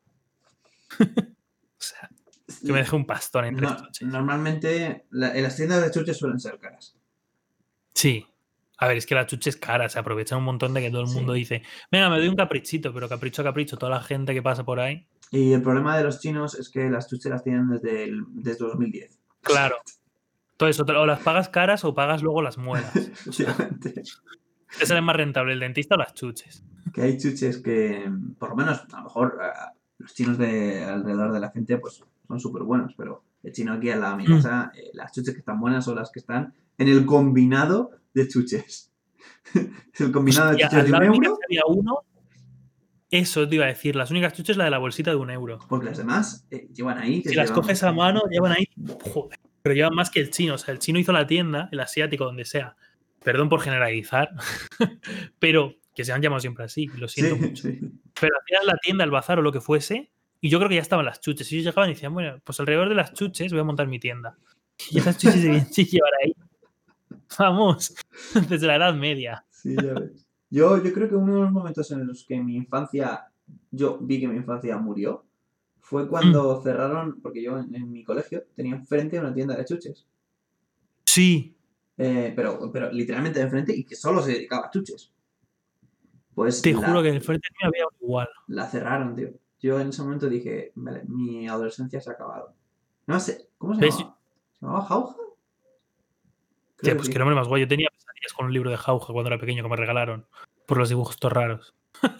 O sea, que me deje un pastón en tres No, chuches. normalmente la, en las tiendas de chuches suelen ser caras. Sí. A ver, es que la chuche es cara, se aprovechan un montón de que todo el mundo Sí. dice, venga, me doy un caprichito, pero capricho a capricho, toda la gente que pasa por ahí. Y el problema de los chinos es que las chuches las tienen desde, el, desde dos mil diez. Claro. Entonces, o las pagas caras o pagas luego las muelas. O sea, ¿qué sale más rentable, el dentista o las chuches? Que hay chuches que, por lo menos, a lo mejor los chinos de alrededor de la gente pues son súper buenos, pero el chino aquí al lado de mi casa, eh, las chuches que están buenas son las que están en el combinado de chuches. Es el combinado Hostia, de chuches de un euro. Había uno, eso te iba a decir, las únicas chuches la de la bolsita de un euro. Porque las demás eh, llevan ahí. Que si las llevan... coges a mano, llevan ahí, joder, pero llevan más que el chino. O sea, el chino hizo la tienda, el asiático, donde sea. Perdón por generalizar, pero que se han llamado siempre así, lo siento sí, mucho. Sí. Pero hacían la tienda, el bazar o lo que fuese, y yo creo que ya estaban las chuches. Y ellos llegaban y decían, bueno, pues alrededor de las chuches voy a montar mi tienda. Y esas chuches se vienen sin llevar ahí. Vamos, desde la Edad Media. Sí, ya ves. Yo, yo creo que uno de los momentos en los que mi infancia, yo vi que mi infancia murió, fue cuando mm. cerraron, porque yo en, en mi colegio tenía enfrente una tienda de chuches. Sí. Eh, pero, pero literalmente enfrente y que solo se dedicaba a chuches. Pues te la, juro que enfrente mío había igual. La cerraron, tío. Yo en ese momento dije, vale, mi adolescencia se ha acabado. No sé, ¿cómo se llamaba? ¿Se llamaba Jauja? Tío, pues sí. Qué nombre más guay. Yo tenía pesadillas con un libro de Jauja cuando era pequeño que me regalaron por los dibujos todos raros.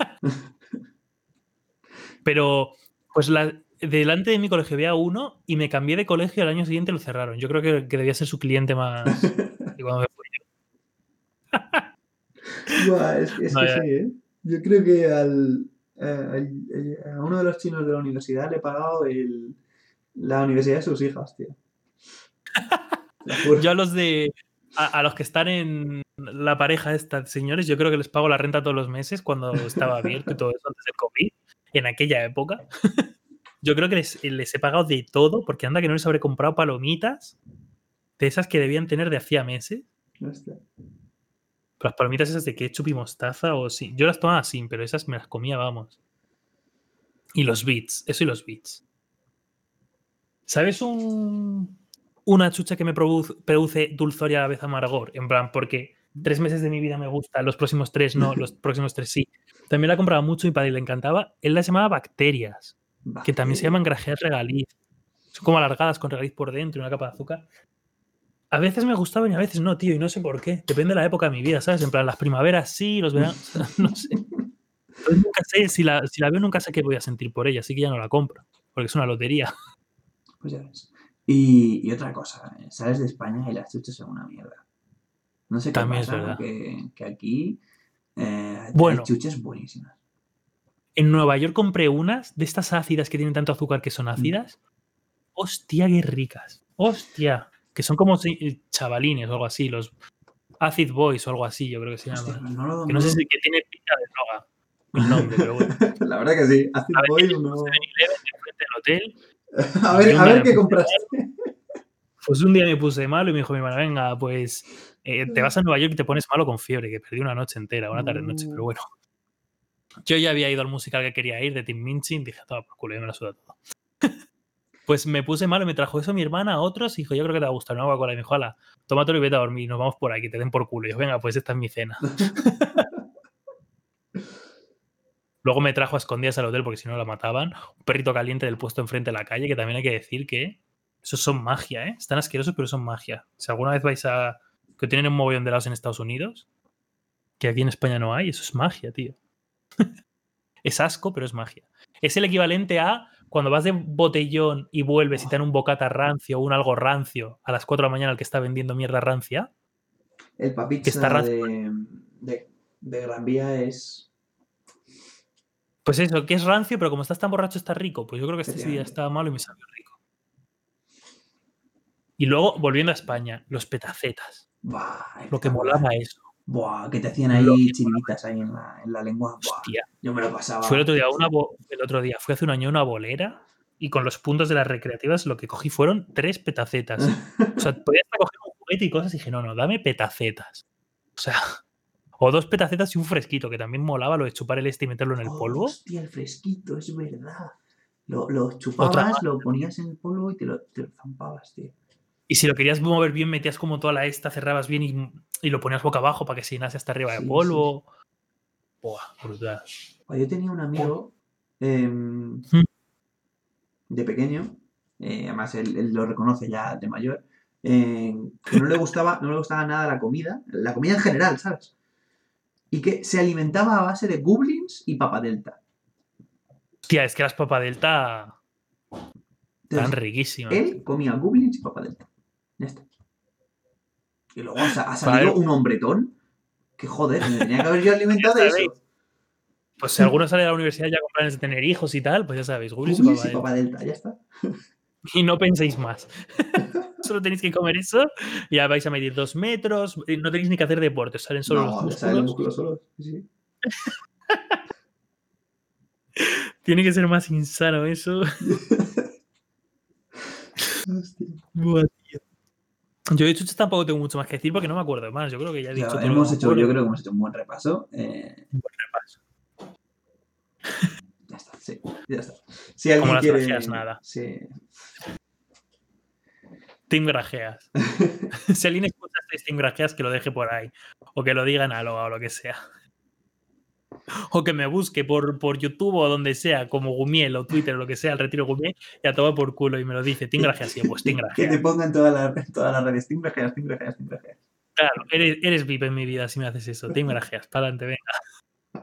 Pero, pues la, delante de mi colegio había uno y me cambié de colegio y al año siguiente lo cerraron. Yo creo que, que debía ser su cliente más. Y cuando me fui yo. Buah, es que, es no, que sí, ¿eh? Yo creo que al, eh, a uno de los chinos de la universidad le he pagado el, la universidad de sus hijas, tío. Yo a los de. A, a los que están en la pareja esta, señores, yo creo que les pago la renta todos los meses cuando estaba abierto y todo eso antes del COVID, en aquella época. Yo creo que les, les he pagado de todo, porque anda que no les habré comprado palomitas de esas que debían tener de hacía meses. Hostia. Las palomitas esas de ketchup y mostaza, o sí. Yo las tomaba así, pero esas me las comía, vamos. Y los Beats, eso y los Beats. ¿Sabes un, una chucha que me produce, produce dulzor y a la vez amargor? En plan, porque tres meses de mi vida me gusta, los próximos tres no, los próximos tres sí. También la compraba mucho, mi padre le encantaba. Él la llamaba Bacterias, Bacterias. Que también se llaman grajeas regaliz. Son como alargadas con regaliz por dentro y una capa de azúcar. A veces me gustaban y a veces no, tío, y no sé por qué. Depende de la época de mi vida, ¿sabes? En plan, las primaveras sí, los veranos, no sé. Entonces, nunca sé, si la, si la veo nunca sé qué voy a sentir por ella, así que ya no la compro, porque es una lotería. Pues ya ves. Y, y otra cosa, sales de España y las chuches son una mierda. No sé qué También pasa, es verdad. Que, que aquí eh, bueno, hay chuches buenísimas. En Nueva York compré unas de estas ácidas que tienen tanto azúcar que son ácidas. Mm. Hostia, qué ricas. Hostia. Que son como chavalines o algo así, los Acid Boys o algo así, yo creo que se llama. No, no, que no, no sé si que tiene pinta de droga el nombre, pero bueno. La verdad que sí, Acid a Boys no. Frente al hotel. A ver, a ver qué compraste. Pues un día me puse malo y me dijo mi hermana, venga, pues eh, te vas a Nueva York y te pones malo con fiebre, que perdí una noche entera, una tarde noche, pero bueno. Yo ya había ido al musical que quería ir de Tim Minchin, dije, toma por culo, yo me la suda todo. Pues me puse malo y me trajo eso mi hermana a otros y dijo, yo creo que te va a gustar una Coca-Cola. Y me dijo, ala, tómatelo y vete a dormir, nos vamos por aquí, te den por culo. Y yo, venga, pues esta es mi cena. Luego me trajo a escondidas al hotel porque si no la mataban. Un perrito caliente del puesto enfrente de la calle, que también hay que decir que esos son magia, ¿eh? Están asquerosos, pero son magia. Si alguna vez vais a... que tienen un mogollón de helados en Estados Unidos, que aquí en España no hay, eso es magia, tío. Es asco, pero es magia. Es el equivalente a cuando vas de botellón y vuelves oh. y te dan un bocata rancio o un algo rancio a las cuatro de la mañana al que está vendiendo mierda rancia. El papizza que está rancio. De, de, de Gran Vía es... Pues eso, que es rancio, pero como estás tan borracho está rico. Pues yo creo que este día estaba malo y me salió rico. Y luego, volviendo a España, los petacetas. Buah, lo que molaba eso. Buah, que te hacían ahí chiribitas ahí en la, en la lengua. Buah, hostia. Yo me lo pasaba. Fue el otro día, una bo- el otro día, fue hace un año una bolera y con los puntos de las recreativas lo que cogí fueron tres petacetas. O sea, podía hasta coger un juguete y cosas y dije, no, no, dame petacetas. O sea, O dos petacetas y un fresquito, que también molaba lo de chupar el este y meterlo en el Oh, polvo. hostia, el fresquito, es verdad. Lo, lo Otra chupabas, más. lo ponías en el polvo y te lo, te lo zampabas, tío. Y si lo querías mover bien, metías como toda la esta, cerrabas bien y, y lo ponías boca abajo para que se llenase hasta arriba de Sí, sí. polvo. Buah, brutal. Yo tenía un amigo em, Mm. de pequeño, eh, además él, él lo reconoce ya de mayor, eh, que no le gustaba, no le gustaba nada la comida, la comida en general, ¿sabes? Y que se alimentaba a base de goblins y papadelta. Hostia, es que las papadelta están Entonces, riquísimas. él comía goblins y papadelta. Ya está. Y luego ha, sa- ha Para salido ver, un hombretón que, joder, me tenía que haber yo alimentado ya de sabéis. eso. Pues si alguno sale de la universidad ya con planes de tener hijos y tal, pues ya sabéis, goblins y Goblins y papadelta. papadelta, ya está. Y no penséis más. Solo tenéis que comer eso y ya vais a medir dos metros. y No tenéis ni que hacer deporte, salen solo los No, ya salen los músculos. músculos solos. Sí. Tiene que ser más insano eso. Hostia. Buah, tío. Yo de hecho tampoco tengo mucho más que decir porque no me acuerdo más. Yo creo que ya he O sea, dicho todo hemos lo que me hecho, acuerdo. yo creo que hemos hecho un buen repaso. Eh, Un buen repaso. ya está, sí, ya está. Si Como alguien las quiere. grajeas, nada. Sí. Team Grajeas. Si alguien escucha este Team Grajeas, que lo deje por ahí. O que lo diga en Aloha o lo que sea. O que me busque por, por YouTube o donde sea, como Gumiel o Twitter o lo que sea, el retiro Gumiel, y a tomar por culo y me lo dice. Team Grajeas, y yo, pues Team Que Grajeas. te pongan todas las toda la redes. Team Grajeas, Team Grajeas, Team Grajeas. Claro, eres, eres V I P en mi vida si me haces eso. Team Grajeas, para adelante, venga.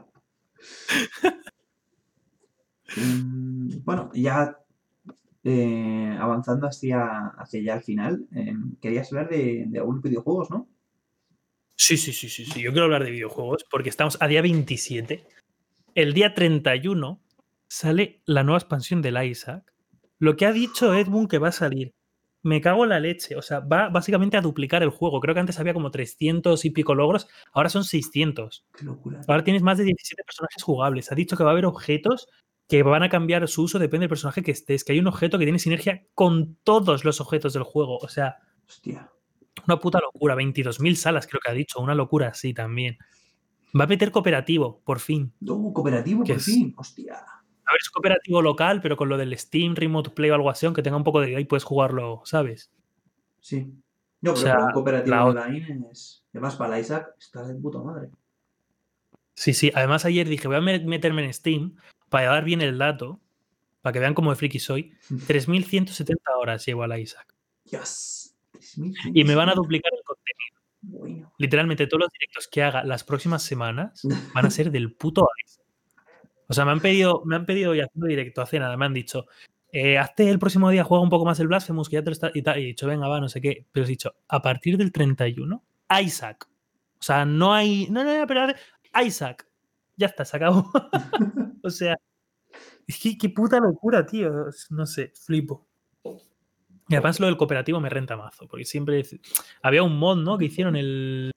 Mm, bueno, ya eh, avanzando hacia, hacia ya el final, eh, querías hablar de, de algunos videojuegos, ¿no? Sí, sí, sí, sí, sí. Yo quiero hablar de videojuegos porque estamos a día veintisiete. El día treinta y uno sale la nueva expansión del Isaac. Lo que ha dicho Edmund que va a salir. Me cago en la leche. O sea, va básicamente a duplicar el juego. Creo que antes había como trescientos y pico logros. Ahora son seiscientos. Qué locura. Ahora tienes más de diecisiete personajes jugables. Ha dicho que va a haber objetos que van a cambiar su uso, depende del personaje que estés. Que hay un objeto que tiene sinergia con todos los objetos del juego. O sea, Hostia. una puta locura. veintidós mil salas creo que ha dicho. Una locura así también. Va a meter cooperativo, por fin. Oh, cooperativo, Que por es, fin. Hostia. a ver, es cooperativo local, pero con lo del Steam Remote Play o algo así, aunque tenga un poco de ahí puedes jugarlo, ¿sabes? Sí. No, O pero, sea, pero un cooperativo la online es. Además, para la Isaac está de puta madre. Sí, sí. Además, ayer dije, voy a meterme en Steam para dar bien el dato, para que vean cómo de friki soy. tres mil ciento setenta horas llevo a la Isaac. Dios. Y me van a duplicar el contenido. Bueno. Literalmente, todos los directos que haga las próximas semanas van a ser del puto Isaac. O sea, me han pedido, me han pedido y haciendo directo hace nada, me han dicho, eh, hazte el próximo día, juega un poco más el Blasphemous, que ya te lo está. Y, tal, y he dicho, venga, va, no sé qué. Pero he dicho, a partir del treinta y uno, Isaac. O sea, no hay. No, no, no, pero Isaac. Ya está, se acabó. O sea, es que qué puta locura, tío. No sé, flipo. Y además lo del cooperativo me renta mazo, porque siempre había un mod, ¿no? Que hicieron el.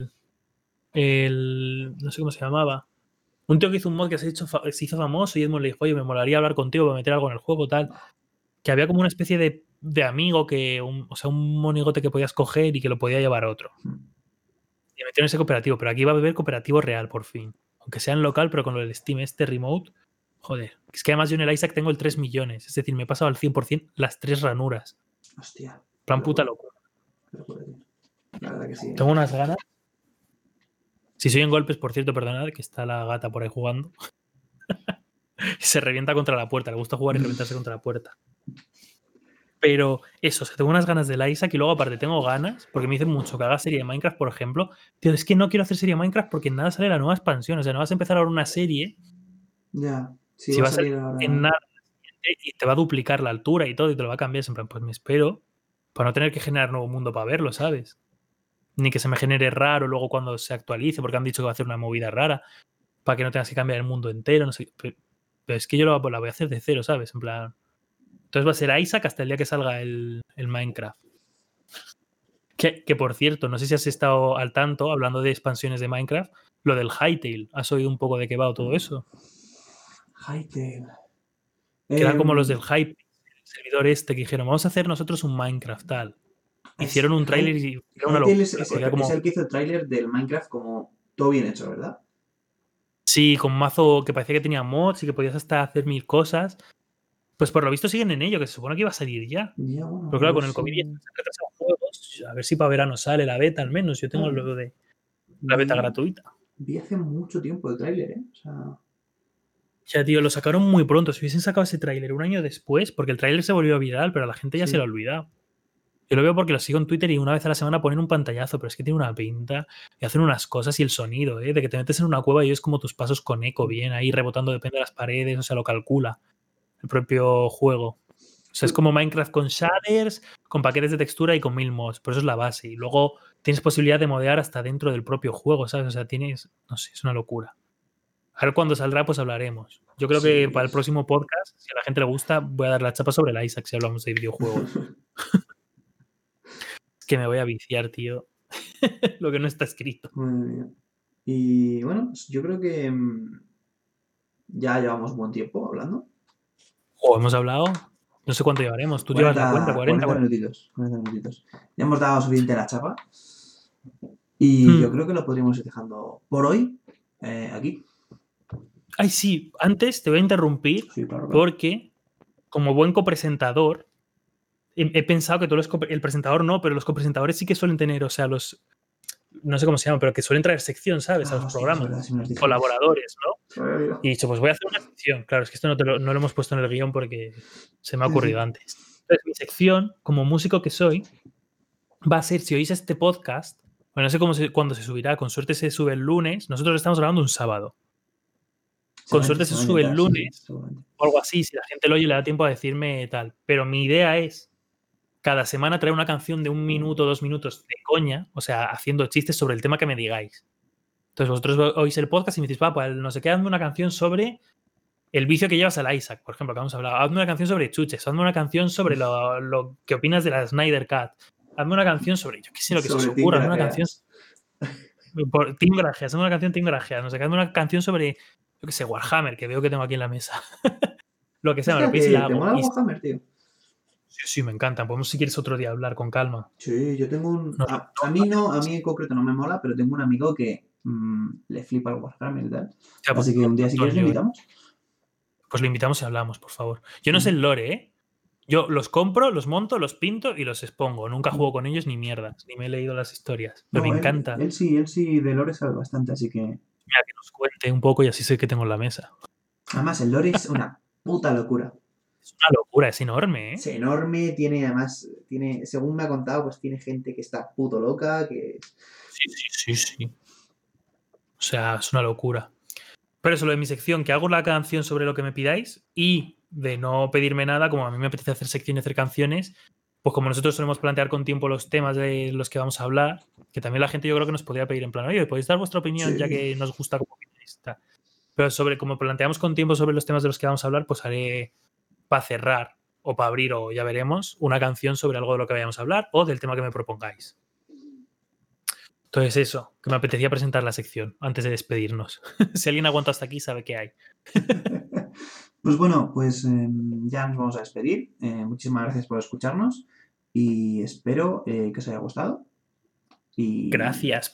el no sé cómo se llamaba. Un tío que hizo un mod que se, hecho, se hizo famoso y Edmund le dijo, oye, me molaría hablar contigo para meter algo en el juego, tal. Que había como una especie de, de amigo, que un, o sea, un monigote que podías coger y que lo podía llevar otro. Y metieron ese cooperativo, pero aquí va a haber cooperativo real, por fin. Aunque sea en local, pero con lo del Steam este remote, joder. Es que además yo en el Isaac tengo el tres millones, es decir, me he pasado al cien por cien las tres ranuras. Hostia. Plan puta locura. Qué locura, tío. La verdad que sí. ¿eh? Tengo unas ganas. Si soy en golpes, por cierto, perdonad, que está la gata por ahí jugando. Se revienta contra la puerta, le gusta jugar y reventarse contra la puerta. Pero eso, o sea, tengo unas ganas del Isaac y luego aparte tengo ganas, porque me dicen mucho que haga serie de Minecraft, por ejemplo. Tío, es que no quiero hacer serie de Minecraft porque en nada sale la nueva expansión. O sea, no vas a empezar ahora una serie. Ya, sí, si va va a salir ahora. En nada y te va a duplicar la altura y todo y te lo va a cambiar. En plan, pues me espero para no tener que generar nuevo mundo para verlo, ¿sabes? Ni que se me genere raro luego cuando se actualice, porque han dicho que va a hacer una movida rara, para que no tengas que cambiar el mundo entero, no sé. Pero, pero es que yo lo, la voy a hacer de cero, ¿sabes? En plan. Entonces va a ser Isaac hasta el día que salga el, el Minecraft. Que, que, por cierto, no sé si has estado al tanto, hablando de expansiones de Minecraft, lo del Hytale. ¿Has oído un poco de qué va o todo eso? Hytale. Que Eh, eran como los del Hype, el servidor este, que dijeron, vamos a hacer nosotros un Minecraft, tal. Hicieron un tráiler y era una Hytale locura. es, es, el, como... es el que hizo el tráiler del Minecraft como todo bien hecho, ¿verdad? Sí, con mazo que parecía que tenía mods y que podías hasta hacer mil cosas. Pues por lo visto siguen en ello, que se supone que iba a salir ya. Ya, bueno, Pero a claro, ver con el COVID si... ya se han retrasado juegos. A ver si para verano sale la beta, al menos. Yo tengo Claro, lo de la beta vi, gratuita. vi hace mucho tiempo el tráiler, ¿eh? O sea... Ya, tío, lo sacaron muy pronto. Si hubiesen sacado ese tráiler un año después, porque el tráiler se volvió viral, pero a la gente ya Sí. se lo ha olvidado. Yo lo veo porque lo sigo en Twitter y una vez a la semana ponen un pantallazo, pero es que tiene una pinta y hacen unas cosas y el sonido, ¿eh? De que te metes en una cueva y es como tus pasos con eco, bien ahí rebotando, depende de las paredes, o sea, lo calcula el propio juego. O sea, es como Minecraft con shaders, con paquetes de textura y con mil mods, pero eso es la base. Y luego tienes posibilidad de modear hasta dentro del propio juego, ¿sabes? O sea, tienes, no sé, es una locura. A ver cuándo saldrá, pues hablaremos. Yo creo Sí. que para el próximo podcast, si a la gente le gusta, voy a dar la chapa sobre el Isaac si hablamos de videojuegos. Es que me voy a viciar, tío. Lo que no está escrito. Muy bien. Y bueno, pues yo creo que mm, ya llevamos buen tiempo hablando. O hemos hablado, no sé cuánto llevaremos. Tú llevas la cuenta, cuarenta, cuarenta cuarenta. minutitos, cuarenta minutitos. Ya hemos dado suficiente la chapa. Y Hmm. yo creo que lo podríamos ir dejando por hoy eh, aquí. Ay, sí, antes te voy a interrumpir Sí, claro, claro. porque, como buen copresentador, he, he pensado que tú eres copre- el presentador no, pero los copresentadores sí que suelen tener, o sea, los, no sé cómo se llaman, pero que suelen traer sección, ¿sabes? A Ah, los hostia, es programas. verdad, si me lo has dicho. Colaboradores, ¿no? Se me había olvidado. Y he dicho, pues voy a hacer una sección. Claro, es que esto no, te lo, no lo hemos puesto en el guión porque se me ha Sí, ocurrido sí. antes. Entonces, mi sección, como músico que soy, va a ser, si oís este podcast, bueno, no sé cómo se, cuándo se subirá, con suerte se sube el lunes, nosotros estamos grabando un sábado. Con suerte se va a sube el intentar, sí, sí, lunes seguramente. o algo así, si la gente lo oye le da tiempo a decirme tal. Pero mi idea es cada semana traer una canción de un minuto, dos minutos de coña, o sea, haciendo chistes sobre el tema que me digáis. Entonces vosotros oís el podcast y me decís, va, pues no sé qué, hazme una canción sobre el vicio que llevas al Isaac, por ejemplo, que vamos a hablar. Hazme una canción sobre chuches, hazme una canción sobre lo, lo que opinas de la Snyder Cut. Hazme una canción sobre, yo qué sé, lo que se os Sobre Team ocurra, hazme una canción Grajeas. por Team Grajeas, hazme una canción Team Grajeas, no sé, hazme una canción sobre, yo qué sé, Warhammer, que veo que tengo aquí en la mesa. Lo que sea, me lo Hostia, pedís y ¿te, la te hago. mola el Y Warhammer, tío? sí, sí, me encantan. Podemos, si quieres, otro día hablar con calma. Sí, yo tengo un... Nos A, lo a mí no, a mí en concreto no me mola, pero tengo un amigo que mm, le flipa el Warhammer y tal. ya, pues, Así que un día si quieres le yo- invitamos. Pues lo invitamos y hablamos, por favor. Yo no sé Mm. el lore, ¿eh? Yo los compro, los monto, los pinto y los expongo. Nunca Mm. juego con ellos ni mierdas, ni me he leído las historias. Pero No, me él, encanta. él sí, él sí de lore sabe bastante, así que... Mira, que nos cuente un poco y así sé que tengo en la mesa. Además, el lore es una puta locura. Es una locura, es enorme, ¿eh? Es enorme, tiene además, tiene, según me ha contado, pues tiene gente que está puto loca, que... Sí, sí, sí, sí. O sea, es una locura. Pero eso, lo de mi sección, que hago la canción sobre lo que me pidáis y de no pedirme nada, como a mí me apetece hacer sección y hacer canciones, pues como nosotros solemos plantear con tiempo los temas de los que vamos a hablar, que también la gente yo creo que nos podría pedir en plan, oye, ¿podéis dar vuestra opinión Sí. ya que nos gusta como opináis? Tal. Pero sobre, como planteamos con tiempo sobre los temas de los que vamos a hablar, pues haré para cerrar o para abrir o ya veremos una canción sobre algo de lo que vayamos a hablar o del tema que me propongáis. Entonces eso, que me apetecía presentar la sección antes de despedirnos. Si alguien aguanta hasta aquí sabe qué hay. Pues bueno, pues eh, ya nos vamos a despedir. Eh, muchísimas gracias por escucharnos y espero eh, que os haya gustado. Y... Gracias.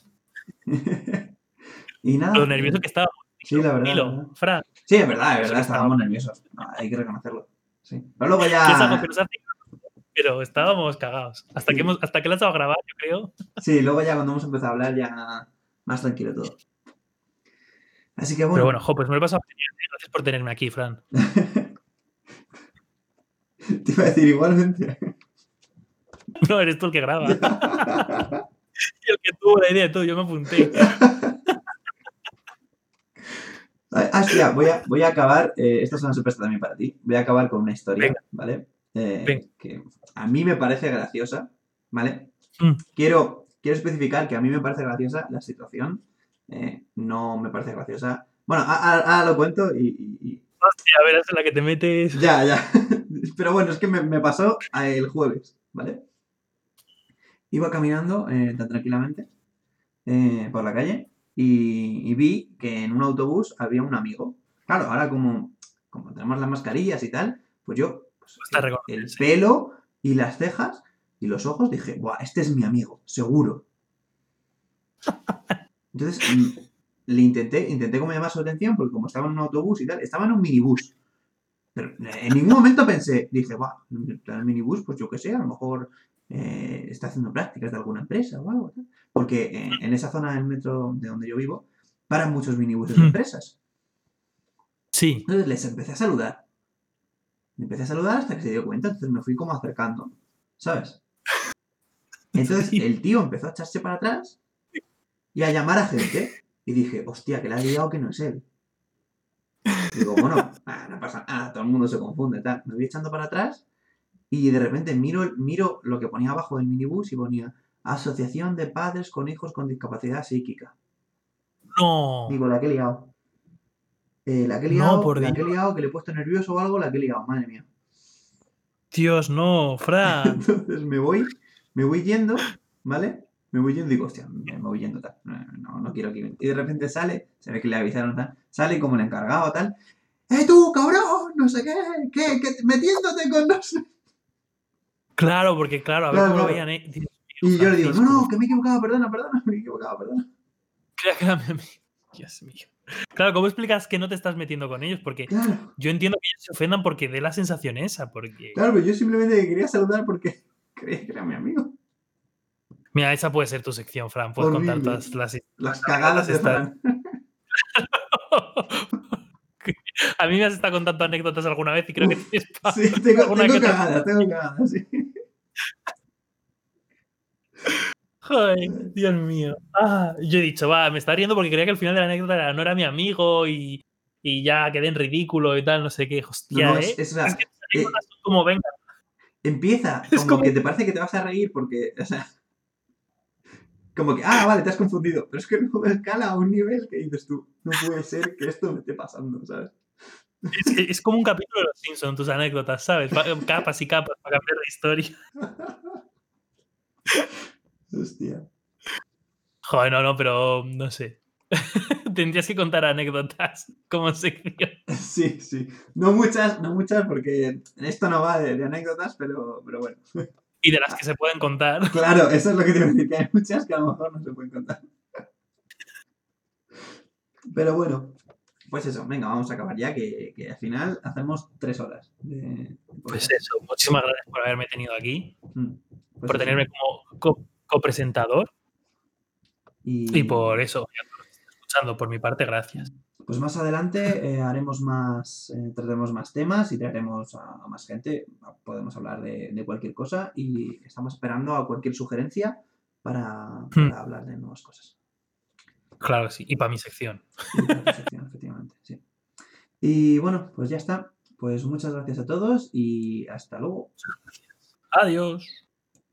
Y nada. Lo nervioso eh, que estábamos. Sí, la verdad. la Dilo, verdad. Fran. Sí, es verdad, es Eso verdad, que estábamos nerviosos. No, hay que reconocerlo. Sí. Pero luego Que es algo ya. que nos hace, pero estábamos cagados. Hasta que hemos, hasta que lo has dado a grabar, yo creo. Sí, luego ya cuando hemos empezado a hablar ya más tranquilo todo. Así que bueno. Pero bueno, jo, pues me lo he pasado genial. Gracias por tenerme aquí, Fran. Te iba a decir igualmente. No, eres tú el que graba. Y el que tuvo la idea, tú, yo me apunté. Ah, hostia, voy a, voy a acabar. Eh, esta es una sorpresa también para ti. Voy a acabar con una historia, Venga. ¿vale? Eh, Venga. que a mí me parece graciosa, ¿vale? Mm. Quiero, quiero especificar que a mí me parece graciosa la situación. Eh, no me parece graciosa. Bueno, ahora lo cuento y, y, y... Hostia, a ver, esa es la que te metes. Ya, ya. Pero bueno, es que me, me pasó el jueves, ¿vale? Iba caminando eh, tan tranquilamente eh, por la calle y, y vi que en un autobús había un amigo. Claro, ahora como, como tenemos las mascarillas y tal, pues yo, pues, Está el, el reconocerse. pelo y las cejas y los ojos, dije, ¡buah, este es mi amigo, seguro! Entonces le intenté, intenté como llamar su atención porque como estaba en un autobús y tal, estaba en un minibús. Pero en ningún momento pensé, dije, va, en el minibús, pues yo qué sé, a lo mejor eh, está haciendo prácticas de alguna empresa o algo. ¿Tal? Porque en, en esa zona del metro de donde yo vivo, paran muchos minibuses de empresas. Sí. Entonces les empecé a saludar. Me empecé a saludar hasta que se dio cuenta, entonces me fui como acercando, ¿sabes? Entonces Sí. el tío empezó a echarse para atrás y a llamar a gente. Y dije, hostia, que le ha liado que no es él. Digo, bueno, ah, no pasa nada, todo el mundo se confunde, tal. Me voy echando para atrás y de repente miro, miro lo que ponía abajo del minibús y ponía Asociación de Padres con Hijos con Discapacidad Psíquica. No. Digo, la que he liado. Eh, la que he No, liado, por la Dios. que he liado, que le he puesto nervioso o algo, la que he liado, madre mía. Dios, no, Fran. Entonces me voy, me voy yendo, ¿vale? Me voy yendo y digo, hostia, me, me voy yendo tal. No, no, no quiero que... Y de repente sale, se ve que le avisaron tal, sale como el encargado tal. ¡Eh tú, cabrón! No sé qué, ¿qué? ¿Qué? Metiéndote con no sé... Claro, porque claro, a ver Claro, cómo lo claro. veían, ¿eh? Dios mío, Y yo le digo, no, Francisco, no, que me he equivocado, perdona, perdona, me he equivocado, perdona. Crea que era mi amigo. Dios mío. Claro, ¿cómo explicas que no te estás metiendo con ellos? Porque Claro, yo entiendo que ellos se ofendan porque dé la sensación esa, porque... claro, pero yo simplemente quería saludar porque creía que era mi amigo. Mira, esa puede ser tu sección, Fran. Puedes contar Horrible. todas las, las Las cagadas anécdotas de estas. Fran. A mí me has estado contando anécdotas alguna vez y creo que Uf, tienes sí, tengo, alguna tengo que otra. cagadas, tengo cagadas, sí. Ay, Dios mío. Ah, yo he dicho, va, me está riendo porque creía que el final de la anécdota era, no era mi amigo y, y ya quedé en ridículo y tal, no sé qué. No, Hostia, no, ¿eh? es, es, Es la- que las eh, anécdotas son como venga. empieza Es como como... que te parece que te vas a reír porque, o sea, como que, ah, vale, te has confundido, pero es que no escala a un nivel que dices tú, no puede ser que esto me esté pasando, ¿sabes? Es, que es como un capítulo de Los Simpsons, tus anécdotas, ¿sabes? Pa- Capas y capas para cambiar de historia. Hostia. Joder, no, no, pero no sé. Tendrías que contar anécdotas como sección. Sí, sí. No muchas, no muchas, porque esto no va de, de anécdotas, pero, pero bueno. Y de las que se pueden contar. Claro, eso es lo que te iba a decir, que hay muchas que a lo mejor no se pueden contar. Pero bueno, pues eso, venga, vamos a acabar ya, que, que al final hacemos tres horas de, de Pues podcast. eso, muchísimas gracias por haberme tenido aquí, Mm, pues por eso. tenerme como co- copresentador y por Y eso, ya todos los que están escuchando, por mi parte, gracias. pues más adelante eh, haremos más, eh, trataremos más temas y traeremos a, a más gente. Podemos hablar de, de cualquier cosa y estamos esperando a cualquier sugerencia para, Hmm, para hablar de nuevas cosas. claro que sí, y para mi sección. Y para tu sección, efectivamente, sí. Y bueno, pues ya está. Pues muchas gracias a todos y hasta luego. Adiós.